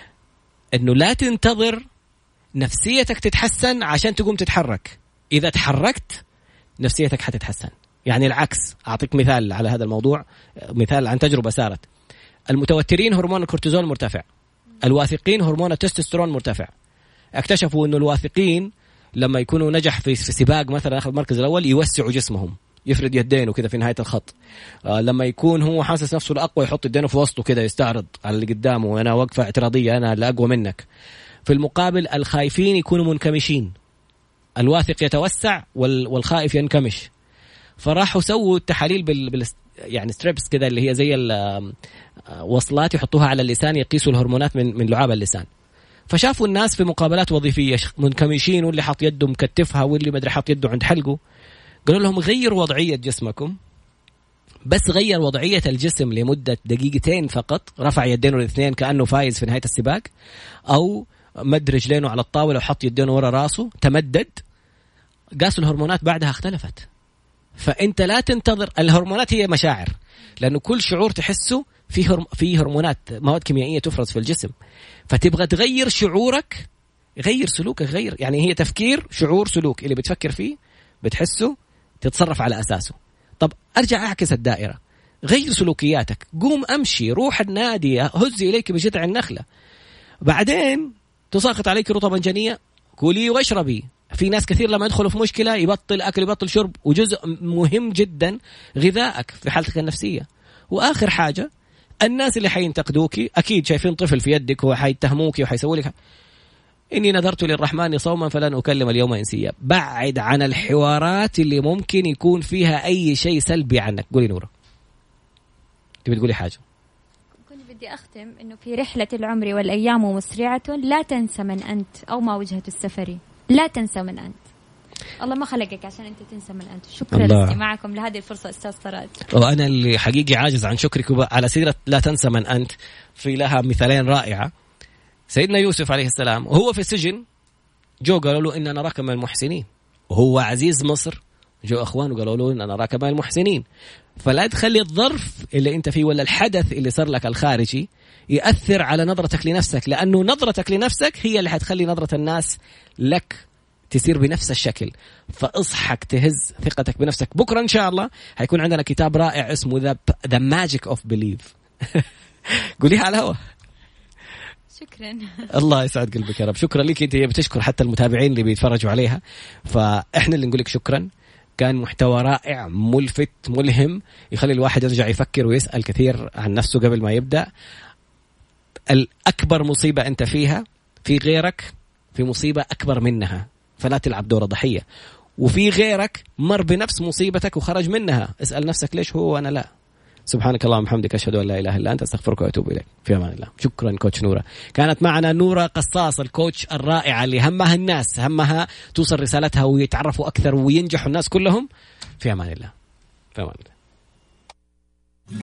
[SPEAKER 1] إنه لا تنتظر نفسيتك تتحسن عشان تقوم تتحرك، إذا تحركت نفسيتك حتتحسن. يعني العكس، أعطيك مثال على هذا الموضوع، مثال عن تجربة صارت. المتوترين هرمون الكورتيزول مرتفع، الواثقين هرمون التستوستيرون مرتفع. اكتشفوا إنه الواثقين لما يكونوا نجح في سباق مثلا أخذ المركز الأول يوسعوا جسمهم، يفرد يدينه كده في نهاية الخط. آه لما يكون هو حاسس نفسه الأقوى يحط يدينه في وسطه كده يستعرض على اللي قدامه، وأنا وقفة اعتراضية أنا اللي أقوى منك. في المقابل الخايفين يكونوا منكمشين، الواثق يتوسع والخائف ينكمش. فراحوا سووا التحاليل بال, بال... يعني ستريبس كده اللي هي زي الوصلات يحطوها على اللسان يقيسوا الهرمونات من من لعاب اللسان. فشافوا الناس في مقابلات وظيفية منكمشين، واللي حط يده مكتفها واللي ما ادري حط يده عند حلقه. قالوا لهم غير وضعية جسمكم، بس غير وضعية الجسم لمدة دقيقتين فقط، رفع يدينه الاثنين كأنه فايز في نهاية السباق، أو مد رجلينه على الطاولة وحط يدينه ورا راسه تمدد، قاسوا الهرمونات بعدها اختلفت. فأنت لا تنتظر، الهرمونات هي مشاعر، لأنه كل شعور تحسه فيه فيه هرمونات، مواد كيميائية تفرز في الجسم. فتبغى تغير شعورك، غير سلوكك، غير يعني هي تفكير شعور سلوك، اللي بتفكر فيه بتحسه تتصرف على أساسه. طب أرجع أعكس الدائرة، غير سلوكياتك، قوم أمشي، روح النادي، هزي إليك بجذع النخلة. بعدين تساقط عليك رطبا جنيا، كلي واشربي. في ناس كثير لما يدخلوا في مشكلة يبطل أكل يبطل شرب، وجزء مهم جدا غذائك في حالتك النفسية. وآخر حاجة، الناس اللي حينتقدوكي أكيد شايفين طفل في يدك وحيتهموكي وحيسوي لك، إني نذرت للرحمن صوما فلن أكلم اليوم إنسيا. بعد عن الحوارات اللي ممكن يكون فيها أي شيء سلبي عنك. قولي نورة، تبي تقولي حاجة؟
[SPEAKER 2] كنت بدي أختم إنه في رحلة العمر والأيام مسرعة، لا تنسى من أنت أو ما وجهة السفر، لا تنسى من أنت. الله ما خلقك عشان أنت تنسى من أنت. شكرا لاستماعكم لهذه الفرصة أستاذ طراد.
[SPEAKER 1] وأنا اللي حقيقي عاجز عن شكرك. على سيرة لا تنسى من أنت، في لها مثالين رائعة. سيدنا يوسف عليه السلام وهو في السجن، جو قالوا له إن نراك من المحسنين، وهو عزيز مصر، جو أخوانه قالوا له إن نراك من المحسنين. فلا تخلي الظرف اللي أنت فيه ولا الحدث اللي صار لك الخارجي يأثر على نظرتك لنفسك، لأنه نظرتك لنفسك هي اللي حتخلي نظرة الناس لك تسير بنفس الشكل. فاصحك تهز ثقتك بنفسك. بكرة إن شاء الله هيكون عندنا كتاب رائع اسمه The, The Magic of Belief. قوليها على الهواء.
[SPEAKER 2] شكرا.
[SPEAKER 1] الله يسعد قلبك يا رب. شكرا لك، انت بتشكر حتى المتابعين اللي بيتفرجوا عليها، فاحنا اللي نقول لك شكرا. كان محتوى رائع ملفت ملهم، يخلي الواحد يرجع يفكر ويسأل كثير عن نفسه قبل ما يبدأ. الأكبر مصيبة أنت فيها، في غيرك في مصيبة أكبر منها، فلا تلعب دور ضحية. وفي غيرك مر بنفس مصيبتك وخرج منها، اسأل نفسك ليش هو وأنا لا. سبحانك اللهم وبحمدك، أشهد أن لا إله إلا أنت، أستغفرك وأتوب إليك. في أمان الله. شكرا كوتش نورة. كانت معنا نورة قصاص، الكوتش الرائعة اللي همها الناس، همها توصل رسالتها ويتعرفوا أكثر وينجحوا الناس كلهم. في أمان الله. في أمان الله.